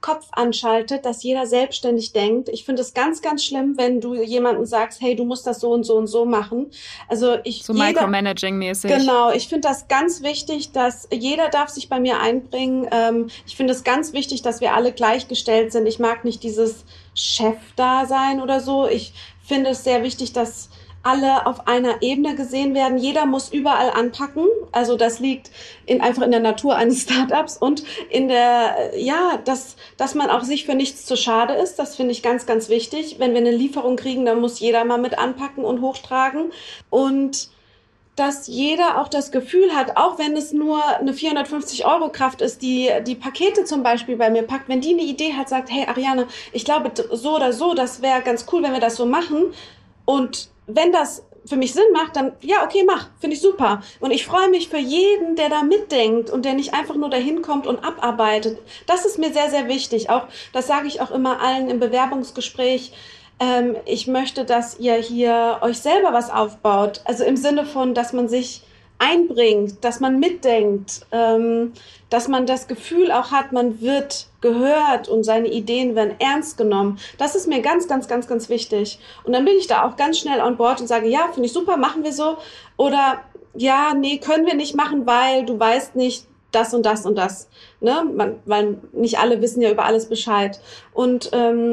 [SPEAKER 4] Kopf anschaltet, dass jeder selbstständig denkt. Ich finde es ganz, ganz schlimm, wenn du jemandem sagst, hey, du musst das so und so und so machen. Also
[SPEAKER 2] so Micromanaging-mäßig.
[SPEAKER 4] Genau, ich finde das ganz wichtig, dass jeder darf sich bei mir einbringen. Ich finde es ganz wichtig, dass wir alle gleichgestellt sind. Ich mag nicht dieses Chef-Dasein oder so. Ich finde es sehr wichtig, dass alle auf einer Ebene gesehen werden. Jeder muss überall anpacken. Also das liegt einfach in der Natur eines Startups und in der, dass man auch sich für nichts zu schade ist. Das finde ich ganz, ganz wichtig. Wenn wir eine Lieferung kriegen, dann muss jeder mal mit anpacken und hochtragen. Und dass jeder auch das Gefühl hat, auch wenn es nur eine 450-Euro-Kraft ist, die Pakete zum Beispiel bei mir packt, wenn die eine Idee hat, sagt, hey Ariane, ich glaube so oder so, das wäre ganz cool, wenn wir das so machen. Und wenn das für mich Sinn macht, dann ja, okay, mach, finde ich super. Und ich freue mich für jeden, der da mitdenkt und der nicht einfach nur dahin kommt und abarbeitet. Das ist mir sehr, sehr wichtig. Auch das sage ich auch immer allen im Bewerbungsgespräch. Ich möchte, dass ihr hier euch selber was aufbaut. Also im Sinne von, dass man sich einbringt, dass man mitdenkt, dass man das Gefühl auch hat, man wird gehört und seine Ideen werden ernst genommen. Das ist mir ganz, ganz, ganz, ganz wichtig. Und dann bin ich da auch ganz schnell on board und sage, ja, finde ich super, machen wir so. Oder ja, nee, können wir nicht machen, weil du weißt nicht das und das und das. Ne? Weil nicht alle wissen ja über alles Bescheid. Und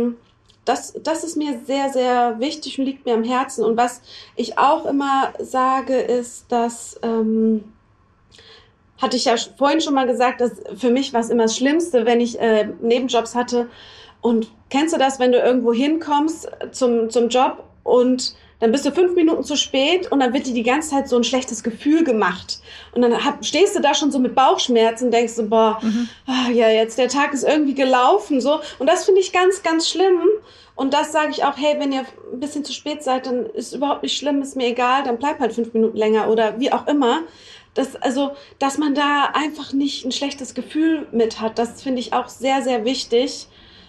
[SPEAKER 4] das ist mir sehr, sehr wichtig und liegt mir am Herzen. Und was ich auch immer sage, ist, dass, hatte ich ja vorhin schon mal gesagt, dass für mich war es immer das Schlimmste, wenn ich Nebenjobs hatte. Und kennst du das, wenn du irgendwo hinkommst zum Job und dann bist du 5 Minuten zu spät und dann wird dir die ganze Zeit so ein schlechtes Gefühl gemacht. Und dann stehst du da schon so mit Bauchschmerzen und denkst so, boah, ja, jetzt der Tag ist irgendwie gelaufen. So. Und das finde ich ganz, ganz schlimm. Und das sage ich auch, hey, wenn ihr ein bisschen zu spät seid, dann ist überhaupt nicht schlimm, ist mir egal, dann bleib halt 5 Minuten länger oder wie auch immer. Dass man da einfach nicht ein schlechtes Gefühl mit hat, das finde ich auch sehr, sehr wichtig.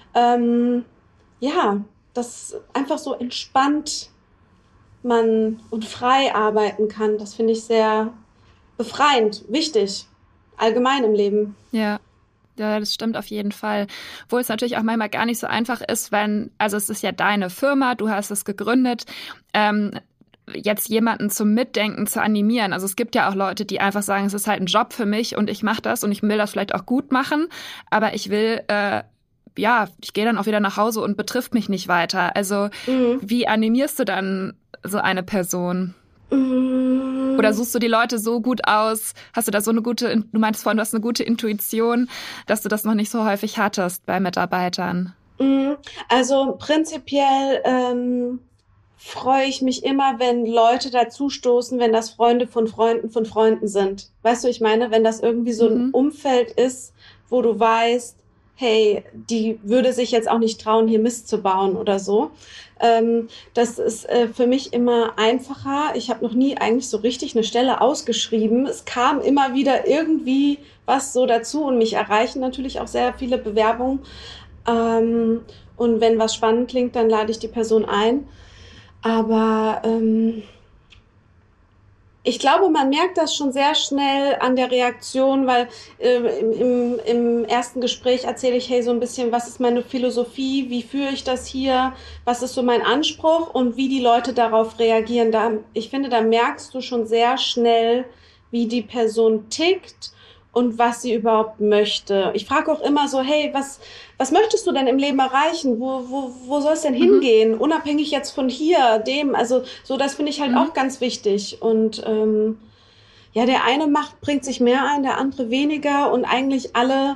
[SPEAKER 4] Dass einfach so entspannt man und frei arbeiten kann, das finde ich sehr befreiend, wichtig, allgemein im Leben.
[SPEAKER 2] Ja, das stimmt auf jeden Fall. Wo es natürlich auch manchmal gar nicht so einfach ist, also es ist ja deine Firma, du hast es gegründet, jetzt jemanden zum Mitdenken zu animieren. Also es gibt ja auch Leute, die einfach sagen, es ist halt ein Job für mich und ich mache das und ich will das vielleicht auch gut machen, aber ich will, ich gehe dann auch wieder nach Hause und betrifft mich nicht weiter. Also wie animierst du dann so eine Person? Oder suchst du die Leute so gut aus? Hast du da so eine gute, du meintest vorhin, du hast eine gute Intuition, dass du das noch nicht so häufig hattest bei Mitarbeitern?
[SPEAKER 4] Also prinzipiell freue ich mich immer, wenn Leute dazustoßen, wenn das Freunde von Freunden sind. Weißt du, ich meine, wenn das irgendwie so ein Umfeld ist, wo du weißt, hey, die würde sich jetzt auch nicht trauen, hier Mist zu bauen oder so. Das ist für mich immer einfacher. Ich habe noch nie eigentlich so richtig eine Stelle ausgeschrieben. Es kam immer wieder irgendwie was so dazu und mich erreichen natürlich auch sehr viele Bewerbungen. Und wenn was spannend klingt, dann lade ich die Person ein. Aber ich glaube, man merkt das schon sehr schnell an der Reaktion, weil im ersten Gespräch erzähle ich, hey, so ein bisschen, was ist meine Philosophie, wie führe ich das hier, was ist so mein Anspruch und wie die Leute darauf reagieren. Ich finde, da merkst du schon sehr schnell, wie die Person tickt und was sie überhaupt möchte. Ich frage auch immer so, hey, was möchtest du denn im Leben erreichen? Wo soll es denn hingehen? Unabhängig jetzt von hier, dem, also so, das finde ich halt auch ganz wichtig. Und der eine bringt sich mehr ein, der andere weniger und eigentlich alle,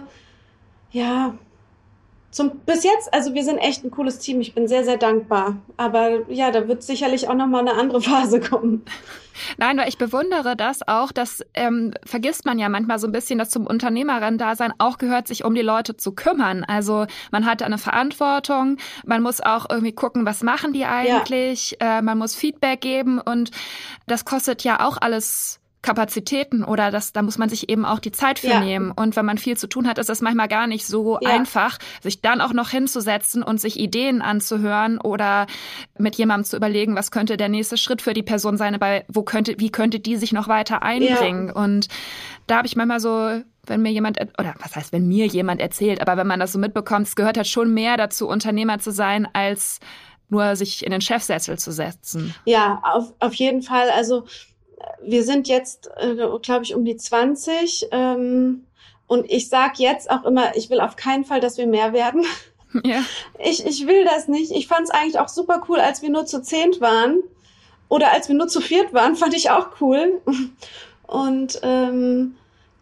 [SPEAKER 4] bis jetzt, also wir sind echt ein cooles Team. Ich bin sehr, sehr dankbar. Aber ja, da wird sicherlich auch nochmal eine andere Phase kommen.
[SPEAKER 2] Nein, weil ich bewundere das auch, das vergisst man ja manchmal so ein bisschen, dass zum Unternehmerin-Dasein auch gehört, sich um die Leute zu kümmern. Also man hat eine Verantwortung, man muss auch irgendwie gucken, was machen die eigentlich, man muss Feedback geben und das kostet ja auch alles Kapazitäten oder da muss man sich eben auch die Zeit für nehmen. Und wenn man viel zu tun hat, ist es manchmal gar nicht so einfach, sich dann auch noch hinzusetzen und sich Ideen anzuhören oder mit jemandem zu überlegen, was könnte der nächste Schritt für die Person sein, wie könnte die sich noch weiter einbringen. Und da habe ich manchmal so, wenn mir jemand erzählt, aber wenn man das so mitbekommt, es gehört halt schon mehr dazu, Unternehmer zu sein, als nur sich in den Chefsessel zu setzen.
[SPEAKER 4] Ja, auf jeden Fall. Also wir sind jetzt, glaube ich, um die 20 und ich sage jetzt auch immer, ich will auf keinen Fall, dass wir mehr werden.
[SPEAKER 2] Ja.
[SPEAKER 4] Ich will das nicht. Ich fand es eigentlich auch super cool, als wir nur zu 10 waren oder als wir nur zu 4 waren, fand ich auch cool. Und weil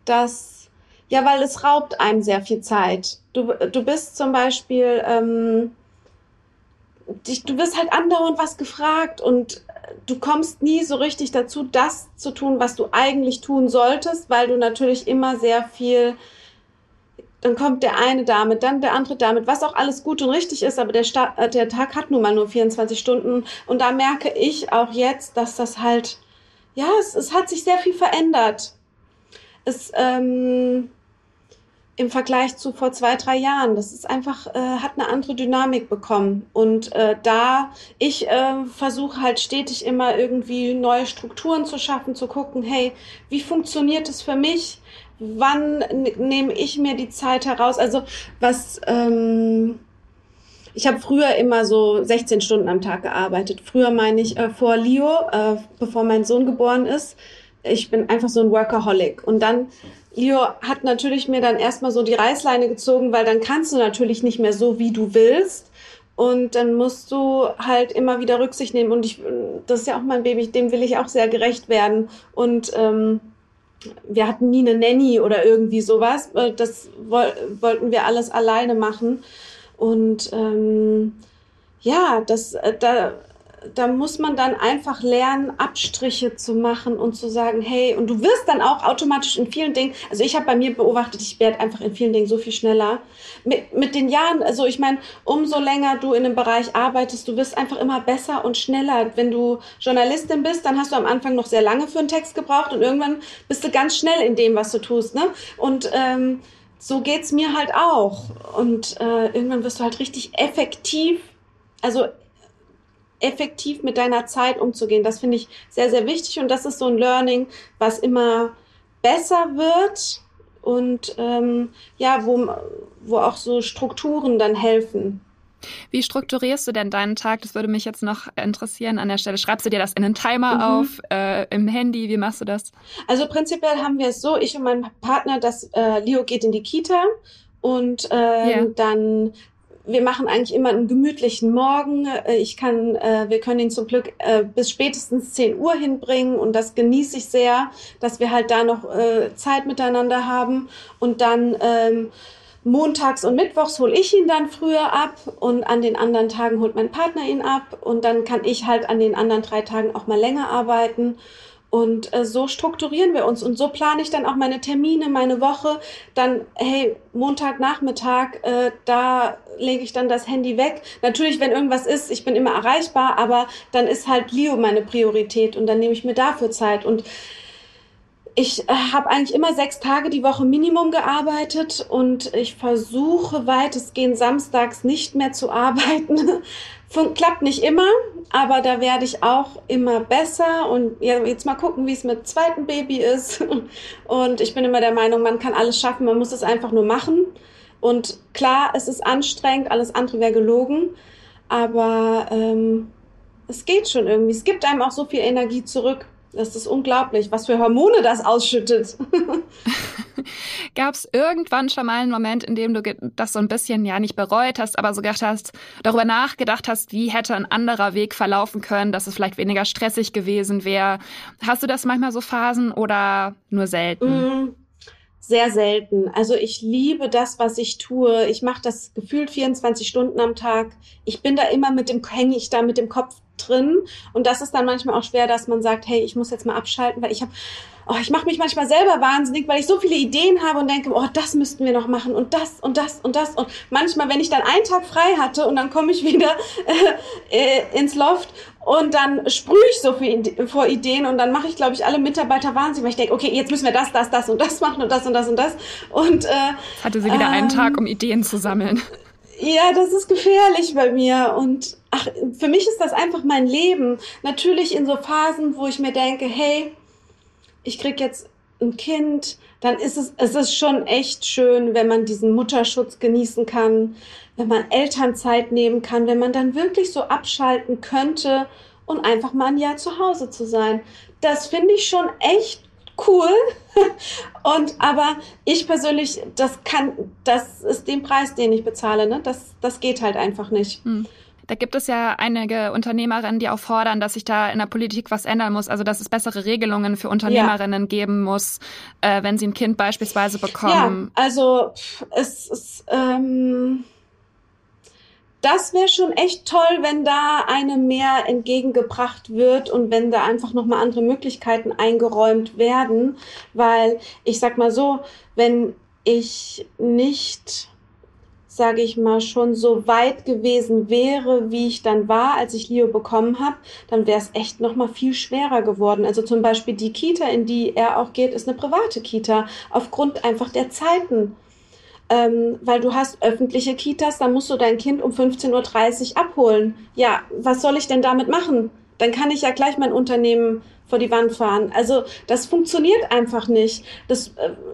[SPEAKER 4] es raubt einem sehr viel Zeit. Du bist zum Beispiel, du wirst halt andauernd was gefragt und du kommst nie so richtig dazu, das zu tun, was du eigentlich tun solltest, weil du natürlich immer sehr viel, dann kommt der eine damit, dann der andere damit, was auch alles gut und richtig ist, aber der Tag hat nun mal nur 24 Stunden und da merke ich auch jetzt, dass das halt, es hat sich sehr viel verändert. Im Vergleich zu vor 2-3 Jahren. Das ist einfach, hat eine andere Dynamik bekommen. Und ich versuche halt stetig immer irgendwie neue Strukturen zu schaffen, zu gucken, hey, wie funktioniert es für mich? Wann nehme ich mir die Zeit heraus? Also ich habe früher immer so 16 Stunden am Tag gearbeitet. Früher meine ich vor Leo, bevor mein Sohn geboren ist. Ich bin einfach so ein Workaholic. Und dann Leo hat natürlich mir dann erstmal so die Reißleine gezogen, weil dann kannst du natürlich nicht mehr so, wie du willst. Und dann musst du halt immer wieder Rücksicht nehmen. Und das ist ja auch mein Baby, dem will ich auch sehr gerecht werden. Und wir hatten nie eine Nanny oder irgendwie sowas. Das wollten wir alles alleine machen. Und da muss man dann einfach lernen, Abstriche zu machen und zu sagen, hey, und du wirst dann auch automatisch in vielen Dingen, also ich habe bei mir beobachtet, ich werde einfach in vielen Dingen so viel schneller. Mit den Jahren, also ich meine, umso länger du in einem Bereich arbeitest, du wirst einfach immer besser und schneller. Wenn du Journalistin bist, dann hast du am Anfang noch sehr lange für einen Text gebraucht und irgendwann bist du ganz schnell in dem, was du tust, ne? Und so geht's mir halt auch. Und irgendwann wirst du halt richtig effektiv mit deiner Zeit umzugehen. Das finde ich sehr, sehr wichtig und das ist so ein Learning, was immer besser wird und wo auch so Strukturen dann helfen.
[SPEAKER 2] Wie strukturierst du denn deinen Tag? Das würde mich jetzt noch interessieren an der Stelle. Schreibst du dir das in einen Timer auf, im Handy? Wie machst du das?
[SPEAKER 4] Also prinzipiell haben wir es so, ich und mein Partner, dass Leo geht in die Kita und dann wir machen eigentlich immer einen gemütlichen Morgen. Wir können ihn zum Glück bis spätestens 10 Uhr hinbringen und das genieße ich sehr, dass wir halt da noch Zeit miteinander haben. Und dann montags und mittwochs hole ich ihn dann früher ab und an den anderen Tagen holt mein Partner ihn ab und dann kann ich halt an den anderen 3 Tagen auch mal länger arbeiten. Und so strukturieren wir uns und so plane ich dann auch meine Termine, meine Woche. Dann, hey, Montagnachmittag, da lege ich dann das Handy weg. Natürlich, wenn irgendwas ist, ich bin immer erreichbar, aber dann ist halt Leo meine Priorität und dann nehme ich mir dafür Zeit. Und ich habe eigentlich immer 6 Tage die Woche Minimum gearbeitet und ich versuche weitestgehend samstags nicht mehr zu arbeiten. Klappt nicht immer, aber da werde ich auch immer besser und jetzt mal gucken, wie es mit zweiten Baby ist. Und ich bin immer der Meinung, man kann alles schaffen, man muss es einfach nur machen. Und klar, es ist anstrengend, alles andere wäre gelogen, aber es geht schon irgendwie. Es gibt einem auch so viel Energie zurück. Das ist unglaublich, was für Hormone das ausschüttet.
[SPEAKER 2] Gab es irgendwann schon mal einen Moment, in dem du das so ein bisschen nicht bereut hast, aber so darüber nachgedacht hast, wie hätte ein anderer Weg verlaufen können, dass es vielleicht weniger stressig gewesen wäre? Hast du das manchmal so Phasen oder nur selten?
[SPEAKER 4] Sehr selten. Also ich liebe das, was ich tue. Ich mache das gefühlt 24 Stunden am Tag. Ich bin da immer hänge ich da mit dem Kopf drin. Und das ist dann manchmal auch schwer, dass man sagt, hey, ich muss jetzt mal abschalten, weil ich mache mich manchmal selber wahnsinnig, weil ich so viele Ideen habe und denke, das müssten wir noch machen und das und das und das. Und manchmal, wenn ich dann einen Tag frei hatte und dann komme ich wieder ins Loft und dann sprühe ich so vor Ideen und dann mache ich, glaube ich, alle Mitarbeiter wahnsinnig, weil ich denke, okay, jetzt müssen wir das und das machen und das und das und das. Und
[SPEAKER 2] jetzt hatte sie wieder einen Tag, um Ideen zu sammeln.
[SPEAKER 4] Ja, das ist gefährlich bei mir und für mich ist das einfach mein Leben. Natürlich in so Phasen, wo ich mir denke, hey, ich krieg jetzt ein Kind, dann ist es ist schon echt schön, wenn man diesen Mutterschutz genießen kann, wenn man Elternzeit nehmen kann, wenn man dann wirklich so abschalten könnte und einfach mal ein Jahr zu Hause zu sein. Das finde ich schon echt cool. Aber ich persönlich, das ist den Preis, den ich bezahle, ne? Das geht halt einfach nicht.
[SPEAKER 2] Da gibt es ja einige Unternehmerinnen, die auch fordern, dass sich da in der Politik was ändern muss, also dass es bessere Regelungen für Unternehmerinnen geben muss, wenn sie ein Kind beispielsweise bekommen.
[SPEAKER 4] Ja, also das wäre schon echt toll, wenn da einem mehr entgegengebracht wird und wenn da einfach nochmal andere Möglichkeiten eingeräumt werden, weil ich sag mal so, wenn ich nicht, sage ich mal, schon so weit gewesen wäre, wie ich dann war, als ich Leo bekommen habe, dann wäre es echt nochmal viel schwerer geworden. Also zum Beispiel die Kita, in die er auch geht, ist eine private Kita, aufgrund einfach der Zeiten. Weil du hast öffentliche Kitas, da musst du dein Kind um 15.30 Uhr abholen. Ja, was soll ich denn damit machen? Dann kann ich ja gleich mein Unternehmen vor die Wand fahren. Also das funktioniert einfach nicht. Das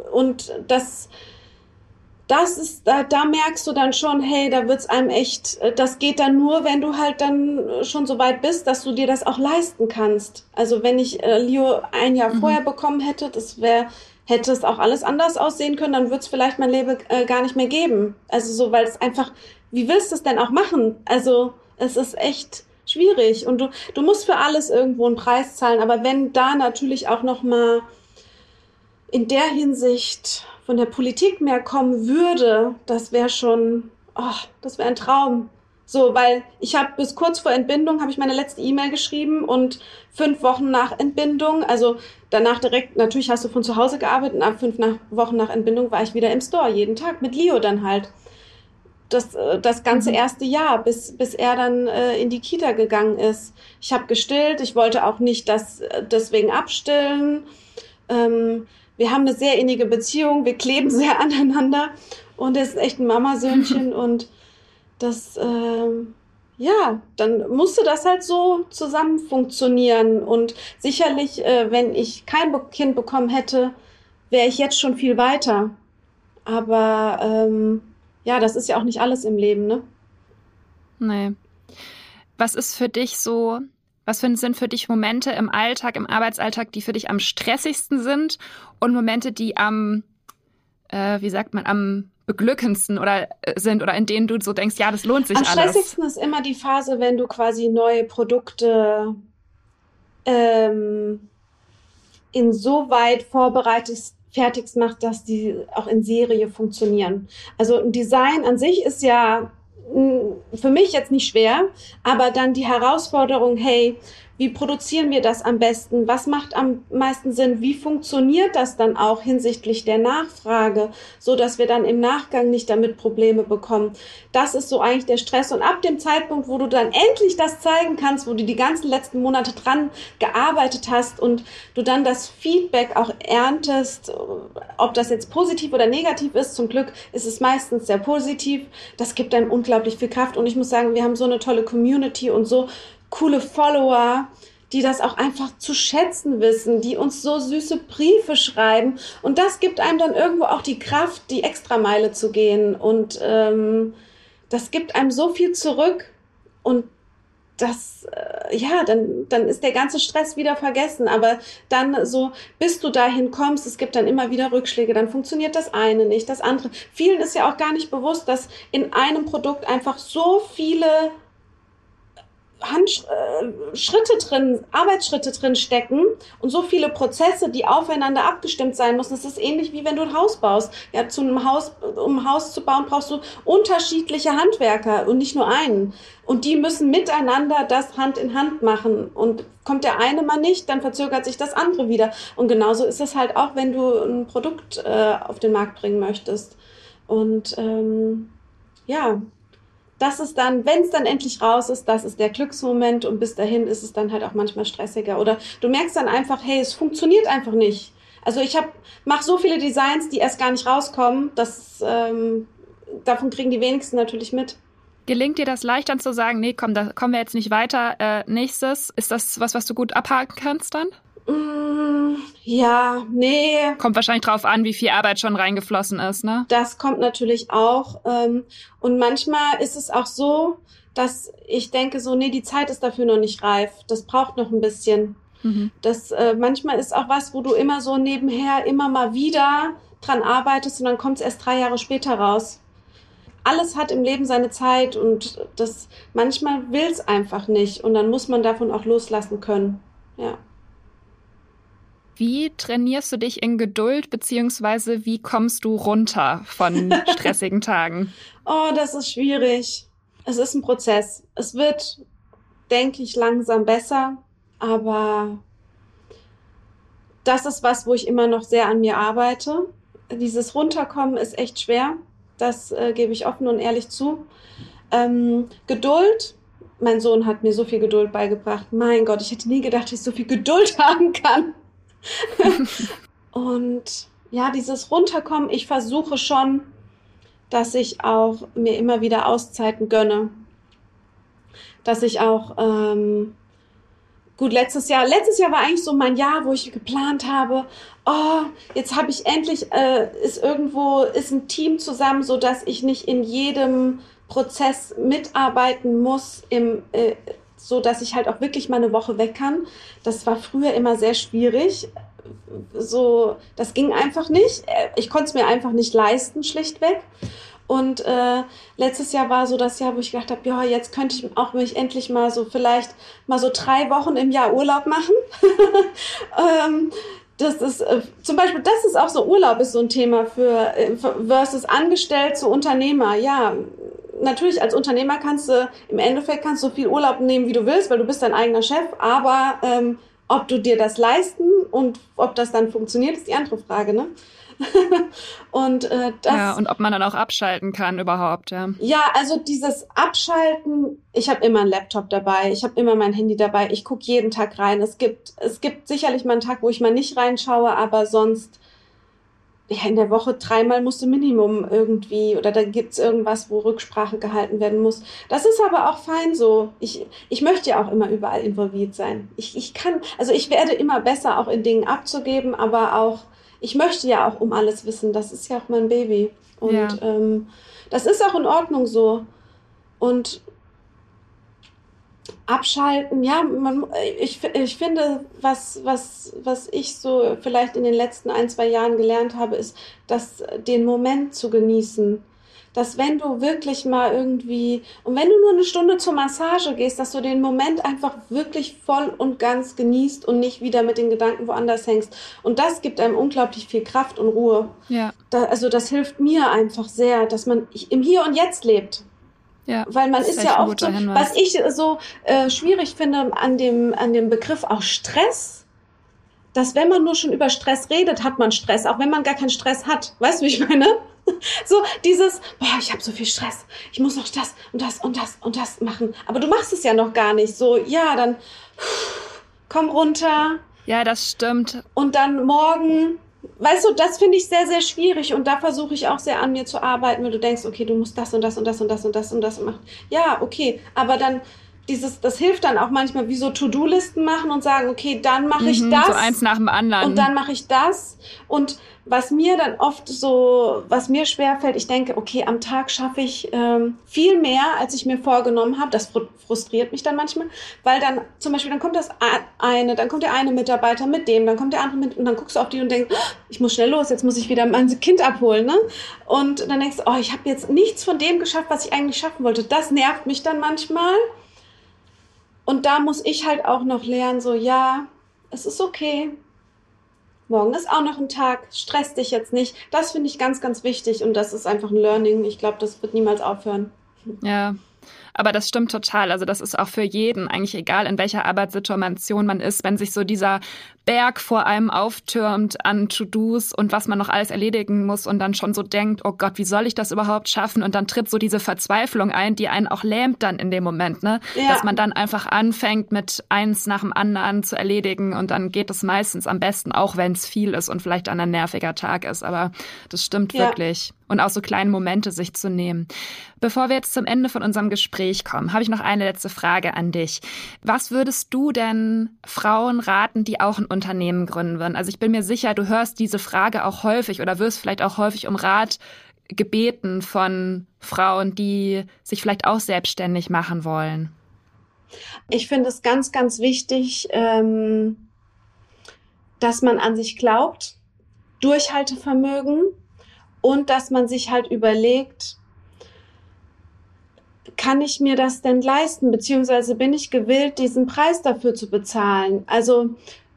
[SPEAKER 4] ist, da merkst du dann schon, hey, da wird's einem echt, das geht dann nur, wenn du halt dann schon so weit bist, dass du dir das auch leisten kannst. Also wenn ich Leo ein Jahr vorher bekommen hätte, hätte es auch alles anders aussehen können, dann würde es vielleicht mein Leben gar nicht mehr geben. Also so, weil es einfach, wie willst du es denn auch machen? Also es ist echt schwierig und du musst für alles irgendwo einen Preis zahlen, aber wenn da natürlich auch nochmal in der Hinsicht von der Politik mehr kommen würde, das wäre schon, das wäre ein Traum. So, weil ich habe bis kurz vor Entbindung, habe ich meine letzte E-Mail geschrieben und 5 Wochen nach Entbindung, also danach direkt, natürlich hast du von zu Hause gearbeitet und ab 5 Wochen nach Entbindung war ich wieder im Store, jeden Tag, mit Leo dann halt. Das ganze erste Jahr, bis er dann in die Kita gegangen ist. Ich habe gestillt, ich wollte auch nicht deswegen abstillen. Wir haben eine sehr innige Beziehung, wir kleben sehr aneinander und er ist echt ein Mamasöhnchen und dann musste das halt so zusammen funktionieren. Und sicherlich, wenn ich kein Kind bekommen hätte, wäre ich jetzt schon viel weiter. Aber das ist ja auch nicht alles im Leben, ne?
[SPEAKER 2] Nee. Was ist für dich so, sind für dich Momente im Alltag, im Arbeitsalltag, die für dich am stressigsten sind und Momente, die am beglückendsten sind oder in denen du so denkst, ja, das lohnt sich alles?
[SPEAKER 4] Am stressigsten ist immer die Phase, wenn du quasi neue Produkte insoweit fertig machst, dass die auch in Serie funktionieren. Also ein Design an sich ist ja für mich jetzt nicht schwer, aber dann die Herausforderung, hey, wie produzieren wir das am besten? Was macht am meisten Sinn? Wie funktioniert das dann auch hinsichtlich der Nachfrage, so dass wir dann im Nachgang nicht damit Probleme bekommen? Das ist so eigentlich der Stress. Und ab dem Zeitpunkt, wo du dann endlich das zeigen kannst, wo du die ganzen letzten Monate dran gearbeitet hast und du dann das Feedback auch erntest, ob das jetzt positiv oder negativ ist, zum Glück ist es meistens sehr positiv. Das gibt einem unglaublich viel Kraft. Und ich muss sagen, wir haben so eine tolle Community und so coole Follower, die das auch einfach zu schätzen wissen, die uns so süße Briefe schreiben. Und das gibt einem dann irgendwo auch die Kraft, die Extrameile zu gehen. Und das gibt einem so viel zurück. Und das, dann ist der ganze Stress wieder vergessen. Aber dann so, bis du dahin kommst, es gibt dann immer wieder Rückschläge, dann funktioniert das eine nicht, das andere. Vielen ist ja auch gar nicht bewusst, dass in einem Produkt einfach so viele Schritte drin, Arbeitsschritte drin stecken und so viele Prozesse, die aufeinander abgestimmt sein müssen. Das ist ähnlich wie wenn du ein Haus baust. Ja, um ein Haus zu bauen, brauchst du unterschiedliche Handwerker und nicht nur einen. Und die müssen miteinander das Hand in Hand machen. Und kommt der eine mal nicht, dann verzögert sich das andere wieder. Und genauso ist es halt auch, wenn du ein Produkt auf den Markt bringen möchtest. Und das ist dann, wenn es dann endlich raus ist, das ist der Glücksmoment und bis dahin ist es dann halt auch manchmal stressiger. Oder du merkst dann einfach, hey, es funktioniert einfach nicht. Also ich mache so viele Designs, die erst gar nicht rauskommen, davon kriegen die wenigsten natürlich mit.
[SPEAKER 2] Gelingt dir das leicht dann zu sagen, nee, komm, da kommen wir jetzt nicht weiter, nächstes? Ist das was du gut abhaken kannst dann?
[SPEAKER 4] Ja, nee.
[SPEAKER 2] Kommt wahrscheinlich drauf an, wie viel Arbeit schon reingeflossen ist, ne? Das
[SPEAKER 4] kommt natürlich auch. Und manchmal ist es auch so, dass ich denke so, nee, die Zeit ist dafür noch nicht reif. Das braucht noch ein bisschen. Mhm. Manchmal ist auch was, wo du immer so nebenher immer mal wieder dran arbeitest und dann kommt es erst 3 Jahre später raus. Alles hat im Leben seine Zeit und manchmal will es einfach nicht. Und dann muss man davon auch loslassen können. Ja.
[SPEAKER 2] Wie trainierst du dich in Geduld, beziehungsweise wie kommst du runter von stressigen Tagen?
[SPEAKER 4] Oh, das ist schwierig. Es ist ein Prozess. Es wird, denke ich, langsam besser, aber das ist was, wo ich immer noch sehr an mir arbeite. Dieses Runterkommen ist echt schwer. Das gebe ich offen und ehrlich zu. Geduld. Mein Sohn hat mir so viel Geduld beigebracht. Mein Gott, ich hätte nie gedacht, dass ich so viel Geduld haben kann. Und ja, dieses Runterkommen, ich versuche schon, dass ich auch mir immer wieder Auszeiten gönne. Dass ich auch, letztes Jahr war eigentlich so mein Jahr, wo ich geplant habe, jetzt habe ich endlich, ist ein Team zusammen, so dass ich nicht in jedem Prozess mitarbeiten muss, so dass ich halt auch wirklich mal eine Woche weg kann. Das war früher immer sehr schwierig. So, das ging einfach nicht. Ich konnte es mir einfach nicht leisten, schlichtweg. Und letztes Jahr war so das Jahr, wo ich gedacht habe, ja, jetzt könnte ich auch mich endlich mal so vielleicht mal so 3 Wochen im Jahr Urlaub machen. Das ist zum Beispiel, das ist auch so, Urlaub ist so ein Thema für versus angestellt zu Unternehmer. Ja, natürlich als Unternehmer kannst du so viel Urlaub nehmen, wie du willst, weil du bist dein eigener Chef, aber ob du dir das leisten und ob das dann funktioniert, ist die andere Frage, ne? Und
[SPEAKER 2] und ob man dann auch abschalten kann überhaupt, ja.
[SPEAKER 4] Ja, also dieses Abschalten, ich habe immer einen Laptop dabei, ich habe immer mein Handy dabei, ich gucke jeden Tag rein. Es gibt sicherlich mal einen Tag, wo ich mal nicht reinschaue, aber sonst in der Woche 3-mal musst du Minimum irgendwie, oder da gibt's irgendwas, wo Rücksprache gehalten werden muss. Das ist aber auch fein so. Ich möchte ja auch immer überall involviert sein. Ich werde immer besser, auch in Dingen abzugeben, aber auch, ich möchte ja auch um alles wissen. Das ist ja auch mein Baby. Und das ist auch in Ordnung so. Und abschalten, ja, ich finde, was ich so vielleicht in den letzten 1-2 Jahren gelernt habe, ist, den Moment zu genießen. Dass wenn du wirklich mal irgendwie, und wenn du nur eine Stunde zur Massage gehst, dass du den Moment einfach wirklich voll und ganz genießt und nicht wieder mit den Gedanken woanders hängst. Und das gibt einem unglaublich viel Kraft und Ruhe. Ja. Das hilft mir einfach sehr, dass man im Hier und Jetzt lebt. Ja, weil man ist ja oft so, was ich so schwierig finde an dem Begriff auch Stress, dass wenn man nur schon über Stress redet, hat man Stress, auch wenn man gar keinen Stress hat. Weißt du, wie ich meine? So dieses, ich habe so viel Stress, ich muss noch das und das und das und das machen. Aber du machst es ja noch gar nicht. So, ja, dann komm runter.
[SPEAKER 2] Ja, das stimmt.
[SPEAKER 4] Und dann morgen, weißt du, das finde ich sehr, sehr schwierig. Und da versuche ich auch sehr an mir zu arbeiten, wenn du denkst, okay, du musst das und das und das und das und das und das machen. Ja, okay, aber dann das hilft dann auch manchmal, wie so To-Do-Listen machen und sagen, okay, dann mache ich das.
[SPEAKER 2] So eins nach dem anderen.
[SPEAKER 4] Und dann mache ich das. Und was mir schwerfällt, ich denke, okay, am Tag schaffe ich viel mehr, als ich mir vorgenommen habe. Das frustriert mich dann manchmal, weil dann zum Beispiel, dann kommt dann kommt der eine Mitarbeiter mit dem, dann kommt der andere mit, und dann guckst du auf die und denkst, ich muss schnell los, jetzt muss ich wieder mein Kind abholen, ne? Und dann denkst du, ich habe jetzt nichts von dem geschafft, was ich eigentlich schaffen wollte. Das nervt mich dann manchmal. Und da muss ich halt auch noch lernen, so ja, es ist okay. Morgen ist auch noch ein Tag, stress dich jetzt nicht. Das finde ich ganz, ganz wichtig und das ist einfach ein Learning. Ich glaube, das wird niemals aufhören.
[SPEAKER 2] Ja, aber das stimmt total. Also das ist auch für jeden eigentlich egal, in welcher Arbeitssituation man ist, wenn sich so dieser Berg vor einem auftürmt an To-Dos und was man noch alles erledigen muss und dann schon so denkt, oh Gott, wie soll ich das überhaupt schaffen? Und dann tritt so diese Verzweiflung ein, die einen auch lähmt dann in dem Moment, ne? Ja. Dass man dann einfach anfängt, mit eins nach dem anderen zu erledigen und dann geht es meistens am besten, auch wenn es viel ist und vielleicht dann ein nerviger Tag ist. Aber das stimmt wirklich. Und auch so kleine Momente sich zu nehmen. Bevor wir jetzt zum Ende von unserem Gespräch kommen, habe ich noch eine letzte Frage an dich. Was würdest du denn Frauen raten, die auch ein Unternehmen gründen würden? Also ich bin mir sicher, du hörst diese Frage auch häufig oder wirst vielleicht auch häufig um Rat gebeten von Frauen, die sich vielleicht auch selbstständig machen wollen.
[SPEAKER 4] Ich finde es ganz, ganz wichtig, dass man an sich glaubt, Durchhaltevermögen und dass man sich halt überlegt, kann ich mir das denn leisten, beziehungsweise bin ich gewillt, diesen Preis dafür zu bezahlen? Also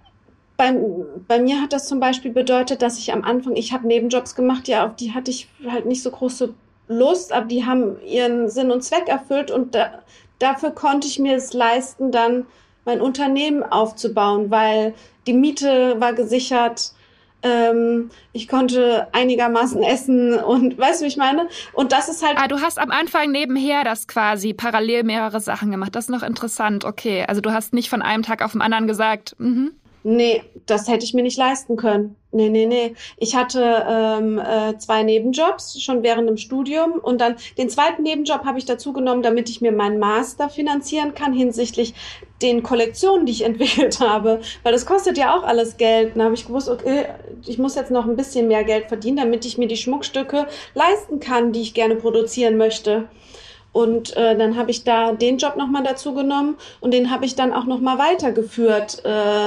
[SPEAKER 4] bei mir hat das zum Beispiel bedeutet, dass ich am Anfang, ich habe Nebenjobs gemacht, ja, auf die hatte ich halt nicht so große Lust, aber die haben ihren Sinn und Zweck erfüllt und dafür konnte ich mir es leisten, dann mein Unternehmen aufzubauen, weil die Miete war gesichert, ich konnte einigermaßen essen und weißt du, wie ich meine? Und das ist halt...
[SPEAKER 2] du hast am Anfang nebenher das quasi parallel mehrere Sachen gemacht. Das ist noch interessant, okay. Also du hast nicht von einem Tag auf den anderen gesagt,
[SPEAKER 4] Nee, das hätte ich mir nicht leisten können. Nee. Ich hatte 2 Nebenjobs schon während dem Studium und dann den zweiten Nebenjob habe ich dazu genommen, damit ich mir meinen Master finanzieren kann hinsichtlich den Kollektionen, die ich entwickelt habe. Weil das kostet ja auch alles Geld. Dann habe ich gewusst, okay, ich muss jetzt noch ein bisschen mehr Geld verdienen, damit ich mir die Schmuckstücke leisten kann, die ich gerne produzieren möchte. Und dann habe ich da den Job nochmal dazu genommen und den habe ich dann auch nochmal weitergeführt,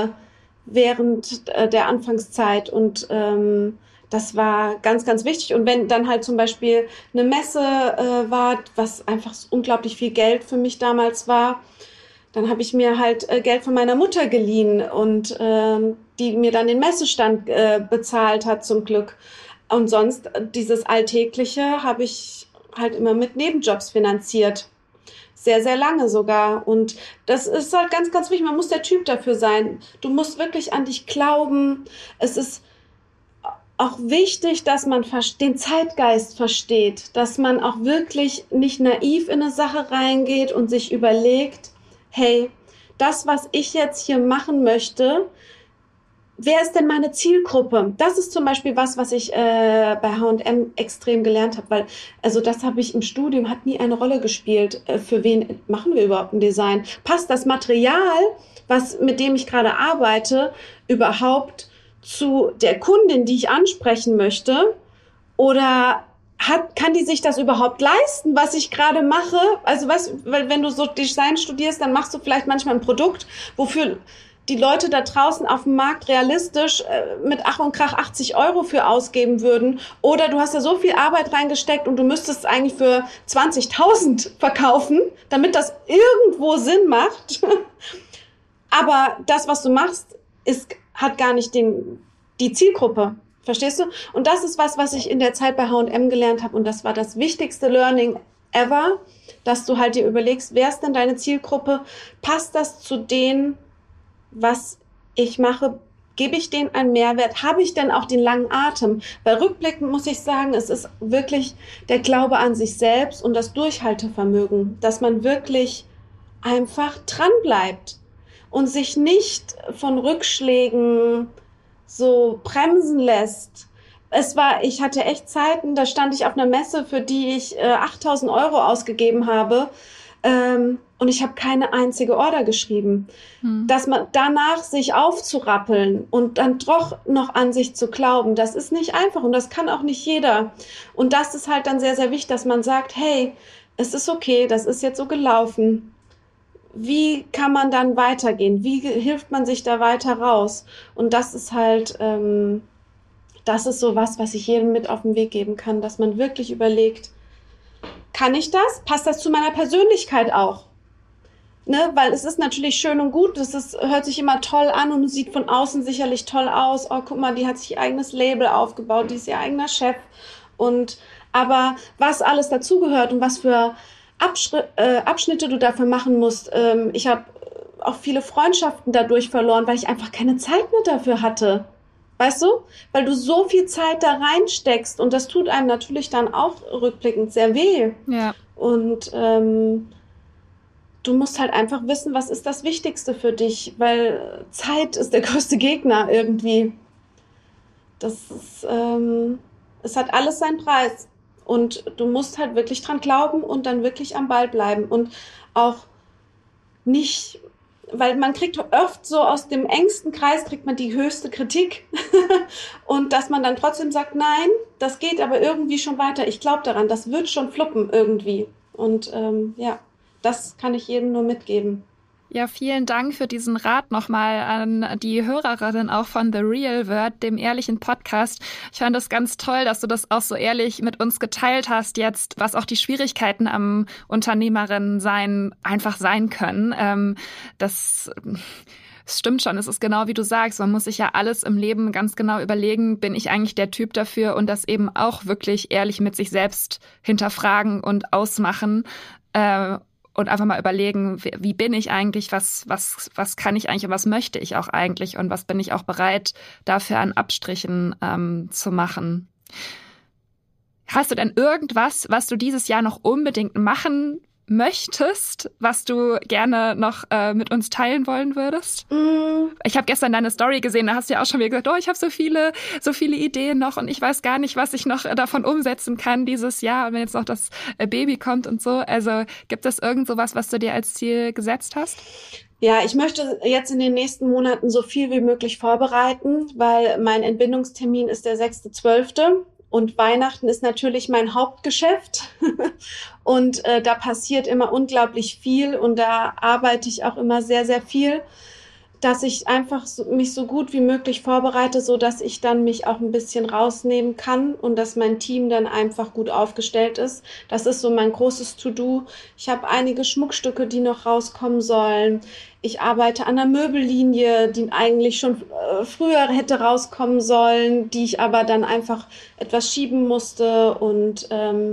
[SPEAKER 4] während der Anfangszeit und das war ganz, ganz wichtig. Und wenn dann halt zum Beispiel eine Messe war, was einfach unglaublich viel Geld für mich damals war, dann habe ich mir halt Geld von meiner Mutter geliehen und die mir dann den Messestand bezahlt hat zum Glück. Und sonst dieses Alltägliche habe ich halt immer mit Nebenjobs finanziert. Sehr, sehr lange sogar. Und das ist halt ganz, ganz wichtig. Man muss der Typ dafür sein. Du musst wirklich an dich glauben. Es ist auch wichtig, dass man den Zeitgeist versteht. Dass man auch wirklich nicht naiv in eine Sache reingeht und sich überlegt, hey, das, was ich jetzt hier machen möchte, wer ist denn meine Zielgruppe? Das ist zum Beispiel was ich bei H&M extrem gelernt habe, weil also das habe ich im Studium, hat nie eine Rolle gespielt. Für wen machen wir überhaupt ein Design? Passt das Material, mit dem ich gerade arbeite, überhaupt zu der Kundin, die ich ansprechen möchte? Oder kann die sich das überhaupt leisten, was ich gerade mache? Also weil wenn du so Design studierst, dann machst du vielleicht manchmal ein Produkt, wofür die Leute da draußen auf dem Markt realistisch mit Ach und Krach 80 € für ausgeben würden. Oder du hast da so viel Arbeit reingesteckt und du müsstest eigentlich für 20.000 verkaufen, damit das irgendwo Sinn macht. Aber das, was du machst, hat gar nicht die Zielgruppe. Verstehst du? Und das ist was ich in der Zeit bei H&M gelernt habe. Und das war das wichtigste Learning ever, dass du halt dir überlegst, wer ist denn deine Zielgruppe? Passt das zu denen, was ich mache, gebe ich denen einen Mehrwert? Habe ich denn auch den langen Atem? Weil rückblickend muss ich sagen, es ist wirklich der Glaube an sich selbst und das Durchhaltevermögen, dass man wirklich einfach dran bleibt und sich nicht von Rückschlägen so bremsen lässt. Ich hatte echt Zeiten, da stand ich auf einer Messe, für die ich 8.000 € ausgegeben habe, und ich habe keine einzige Order geschrieben. Dass man danach sich aufzurappeln und dann doch noch an sich zu glauben, das ist nicht einfach und das kann auch nicht jeder. Und das ist halt dann sehr, sehr wichtig, dass man sagt, hey, es ist okay, das ist jetzt so gelaufen. Wie kann man dann weitergehen? Wie hilft man sich da weiter raus? Und das ist halt, das ist so was ich jedem mit auf den Weg geben kann, dass man wirklich überlegt, kann ich das? Passt das zu meiner Persönlichkeit auch? Ne, weil es ist natürlich schön und gut, hört sich immer toll an und sieht von außen sicherlich toll aus. Oh, guck mal, die hat sich ihr eigenes Label aufgebaut, die ist ihr eigener Chef. Aber was alles dazugehört und was für Abschnitte du dafür machen musst. Ich habe auch viele Freundschaften dadurch verloren, weil ich einfach keine Zeit mehr dafür hatte. Weißt du? Weil du so viel Zeit da reinsteckst und das tut einem natürlich dann auch rückblickend sehr weh.
[SPEAKER 2] Ja.
[SPEAKER 4] Und du musst halt einfach wissen, was ist das Wichtigste für dich, weil Zeit ist der größte Gegner irgendwie. Es hat alles seinen Preis und du musst halt wirklich dran glauben und dann wirklich am Ball bleiben und auch nicht, weil man kriegt oft so aus dem engsten Kreis kriegt man die höchste Kritik und dass man dann trotzdem sagt, nein, das geht aber irgendwie schon weiter, ich glaube daran, das wird schon fluppen irgendwie und das kann ich jedem nur mitgeben.
[SPEAKER 2] Ja, vielen Dank für diesen Rat nochmal an die Hörerin auch von The Real Word, dem ehrlichen Podcast. Ich fand es ganz toll, dass du das auch so ehrlich mit uns geteilt hast jetzt, was auch die Schwierigkeiten am Unternehmerinnen-Sein einfach sein können. Es stimmt schon, es ist genau wie du sagst, man muss sich ja alles im Leben ganz genau überlegen, bin ich eigentlich der Typ dafür und das eben auch wirklich ehrlich mit sich selbst hinterfragen und ausmachen. Und einfach mal überlegen, wie bin ich eigentlich, was kann ich eigentlich und was möchte ich auch eigentlich und was bin ich auch bereit, dafür an Abstrichen zu machen. Hast du denn irgendwas, was du dieses Jahr noch unbedingt machen möchtest, was du gerne noch mit uns teilen wollen würdest? Ich habe gestern deine Story gesehen, da hast du ja auch schon wieder gesagt, ich habe so viele Ideen noch und ich weiß gar nicht, was ich noch davon umsetzen kann dieses Jahr und wenn jetzt noch das Baby kommt und so. Also gibt es irgend sowas, was du dir als Ziel gesetzt hast?
[SPEAKER 4] Ja, ich möchte jetzt in den nächsten Monaten so viel wie möglich vorbereiten, weil mein Entbindungstermin ist der 6.12. Und Weihnachten ist natürlich mein Hauptgeschäft und da passiert immer unglaublich viel und da arbeite ich auch immer sehr, sehr viel, dass ich einfach mich so gut wie möglich vorbereite, so dass ich dann mich auch ein bisschen rausnehmen kann und dass mein Team dann einfach gut aufgestellt ist. Das ist so mein großes To-Do. Ich habe einige Schmuckstücke, die noch rauskommen sollen. Ich arbeite an einer Möbellinie, die eigentlich schon früher hätte rauskommen sollen, die ich aber dann einfach etwas schieben musste und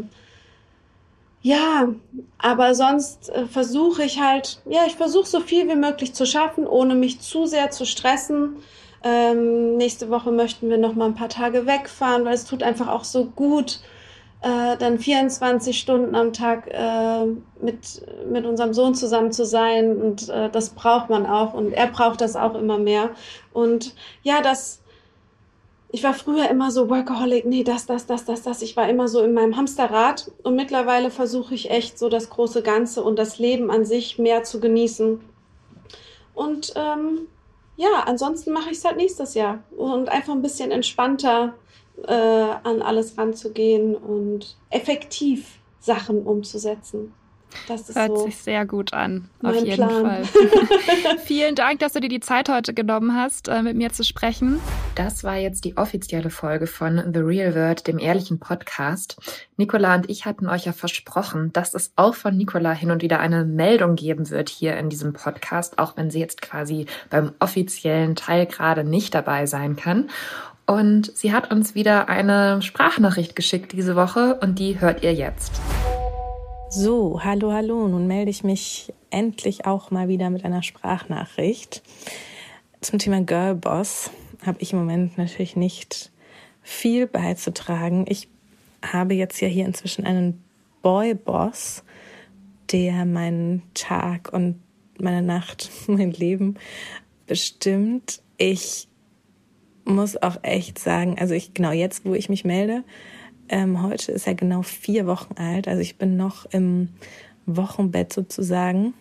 [SPEAKER 4] aber sonst versuche ich ich versuche so viel wie möglich zu schaffen, ohne mich zu sehr zu stressen. Nächste Woche möchten wir noch mal ein paar Tage wegfahren, weil es tut einfach auch so gut, dann 24 Stunden am Tag mit unserem Sohn zusammen zu sein und das braucht man auch und er braucht das auch immer mehr. Und ja, ich war früher immer so Workaholic, nee, das. Ich war immer so in meinem Hamsterrad und mittlerweile versuche ich echt so das große Ganze und das Leben an sich mehr zu genießen. Und ansonsten mache ich es halt nächstes Jahr und einfach ein bisschen entspannter an alles ranzugehen und effektiv Sachen umzusetzen. Das ist
[SPEAKER 2] Hört sich sehr gut an, auf jeden
[SPEAKER 4] Plan.
[SPEAKER 2] Fall. Vielen Dank, dass du dir die Zeit heute genommen hast, mit mir zu sprechen.
[SPEAKER 5] Das war jetzt die offizielle Folge von The Real Word, dem ehrlichen Podcast. Nicola und ich hatten euch ja versprochen, dass es auch von Nicola hin und wieder eine Meldung geben wird hier in diesem Podcast, auch wenn sie jetzt quasi beim offiziellen Teil gerade nicht dabei sein kann. Und sie hat uns wieder eine Sprachnachricht geschickt diese Woche und die hört ihr jetzt.
[SPEAKER 6] So, hallo. Nun melde ich mich endlich auch mal wieder mit einer Sprachnachricht. Zum Thema Girlboss habe ich im Moment natürlich nicht viel beizutragen. Ich habe jetzt ja hier inzwischen einen Boyboss, der meinen Tag und meine Nacht, mein Leben bestimmt. Ich muss auch echt sagen, also jetzt, wo ich mich melde, heute ist er genau 4 Wochen alt, also ich bin noch im Wochenbett sozusagen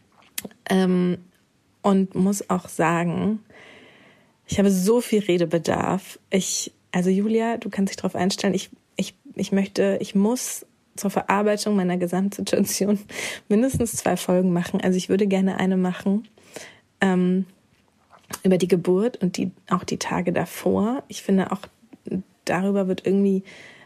[SPEAKER 6] und muss auch sagen, ich habe so viel Redebedarf. Also Julia, du kannst dich darauf einstellen, ich muss zur Verarbeitung meiner Gesamtsituation mindestens 2 Folgen machen. Also ich würde gerne eine machen über die Geburt und auch die Tage davor. Ich finde auch,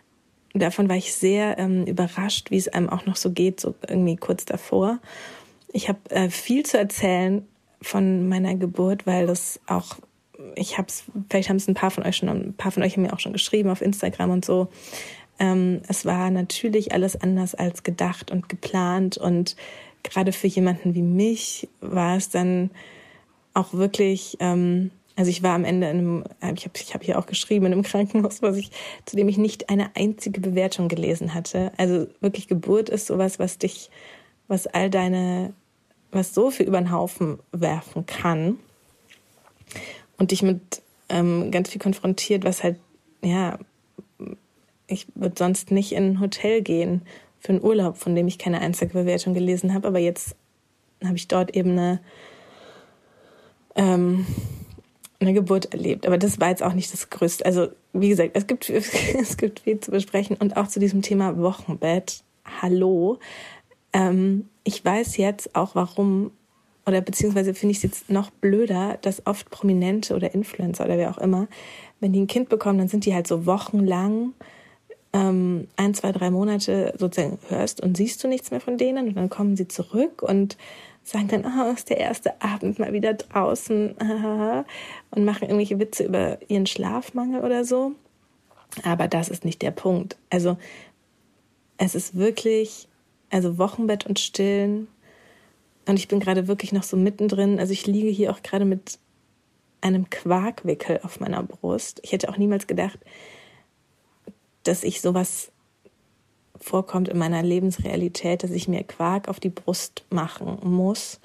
[SPEAKER 6] davon war ich sehr überrascht, wie es einem auch noch so geht, so irgendwie kurz davor. Ich habe viel zu erzählen von meiner Geburt, weil das auch, vielleicht haben es ein paar von euch haben mir auch schon geschrieben auf Instagram und so. Es war natürlich alles anders als gedacht und geplant, und gerade für jemanden wie mich war es dann auch wirklich, also ich war am Ende ich habe hier auch geschrieben, in einem Krankenhaus, zu dem ich nicht eine einzige Bewertung gelesen hatte. Also wirklich, Geburt ist sowas, was so viel über den Haufen werfen kann und dich mit ganz viel konfrontiert, was halt, ja, ich würde sonst nicht in ein Hotel gehen für einen Urlaub, von dem ich keine einzige Bewertung gelesen habe, aber jetzt habe ich dort eben eine Geburt erlebt. Aber das war jetzt auch nicht das Größte. Also wie gesagt, es gibt viel zu besprechen, und auch zu diesem Thema Wochenbett. Hallo. Ich weiß jetzt auch, warum, oder beziehungsweise finde ich es jetzt noch blöder, dass oft Prominente oder Influencer oder wer auch immer, wenn die ein Kind bekommen, dann sind die halt so wochenlang 1, 2, 3 Monate sozusagen hörst und siehst du nichts mehr von denen, und dann kommen sie zurück und sagen dann, ist der erste Abend mal wieder draußen und machen irgendwelche Witze über ihren Schlafmangel oder so. Aber das ist nicht der Punkt. Also es ist wirklich, also Wochenbett und Stillen, und ich bin gerade wirklich noch so mittendrin. Also ich liege hier auch gerade mit einem Quarkwickel auf meiner Brust. Ich hätte auch niemals gedacht, dass ich sowas vorkommt in meiner Lebensrealität, dass ich mir Quark auf die Brust machen muss.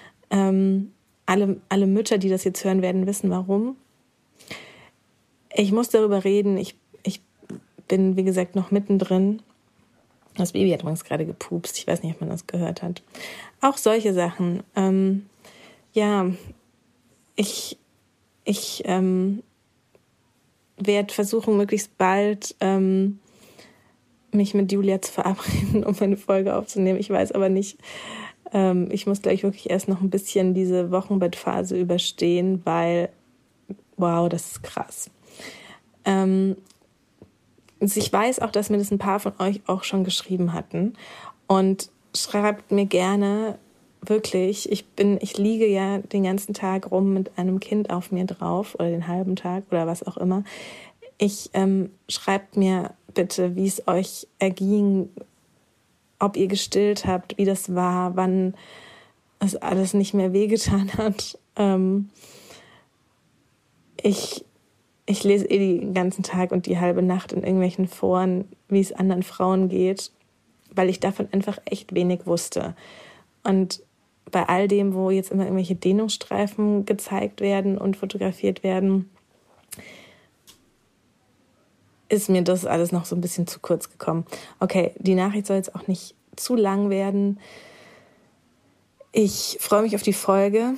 [SPEAKER 6] Alle Mütter, die das jetzt hören, werden wissen, warum. Ich muss darüber reden. Ich bin, wie gesagt, noch mittendrin. Das Baby hat übrigens gerade gepupst. Ich weiß nicht, ob man das gehört hat. Auch solche Sachen. Ich werde versuchen, möglichst bald mich mit Julia zu verabreden, um eine Folge aufzunehmen. Ich weiß aber nicht. Ich muss gleich wirklich erst noch ein bisschen diese Wochenbettphase überstehen, weil, wow, das ist krass. Ich weiß auch, dass mir das ein paar von euch auch schon geschrieben hatten. Und schreibt mir gerne, wirklich, ich liege ja den ganzen Tag rum mit einem Kind auf mir drauf oder den halben Tag oder was auch immer. Schreibt mir bitte, wie es euch erging, ob ihr gestillt habt, wie das war, wann es alles nicht mehr wehgetan hat. Ich lese den ganzen Tag und die halbe Nacht in irgendwelchen Foren, wie es anderen Frauen geht, weil ich davon einfach echt wenig wusste. Und bei all dem, wo jetzt immer irgendwelche Dehnungsstreifen gezeigt werden und fotografiert werden, ist mir das alles noch so ein bisschen zu kurz gekommen. Okay, die Nachricht soll jetzt auch nicht zu lang werden. Ich freue mich auf die Folge,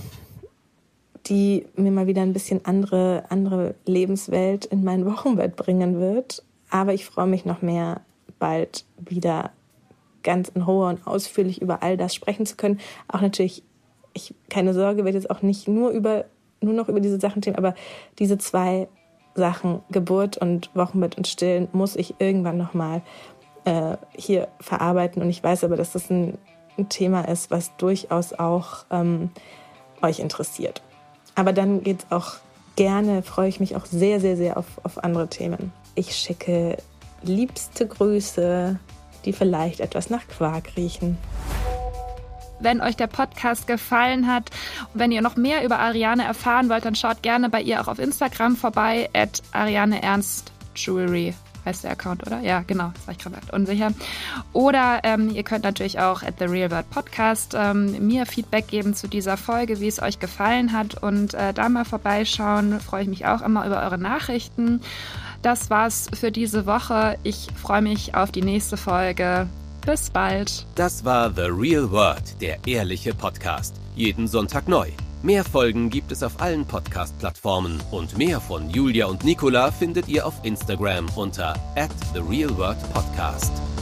[SPEAKER 6] die mir mal wieder ein bisschen andere Lebenswelt in mein Wochenbett bringen wird. Aber ich freue mich noch mehr, bald wieder ganz in Ruhe und ausführlich über all das sprechen zu können. Auch natürlich, keine Sorge, werde jetzt auch nicht nur noch über diese Sachen reden, aber diese 2 Sachen, Geburt und Wochenbett und Stillen, muss ich irgendwann nochmal hier verarbeiten. Und ich weiß aber, dass das ein Thema ist, was durchaus auch euch interessiert. Aber dann geht's auch gerne, freue ich mich auch sehr, sehr, sehr auf andere Themen. Ich schicke liebste Grüße, die vielleicht etwas nach Quark riechen.
[SPEAKER 2] Wenn euch der Podcast gefallen hat und wenn ihr noch mehr über Ariane erfahren wollt, dann schaut gerne bei ihr auch auf Instagram vorbei, @ArianeErnstJewelry heißt der Account, oder? Ja, genau, das war ich gerade unsicher. Oder ihr könnt natürlich auch @TheRealWordPodcast mir Feedback geben zu dieser Folge, wie es euch gefallen hat, und da mal vorbeischauen, freue ich mich auch immer über eure Nachrichten. Das war's für diese Woche. Ich freue mich auf die nächste Folge. Bis bald.
[SPEAKER 1] Das war The Real Word, der ehrliche Podcast. Jeden Sonntag neu. Mehr Folgen gibt es auf allen Podcast-Plattformen und mehr von Julia und Nicola findet ihr auf Instagram unter @TheRealWordPodcast.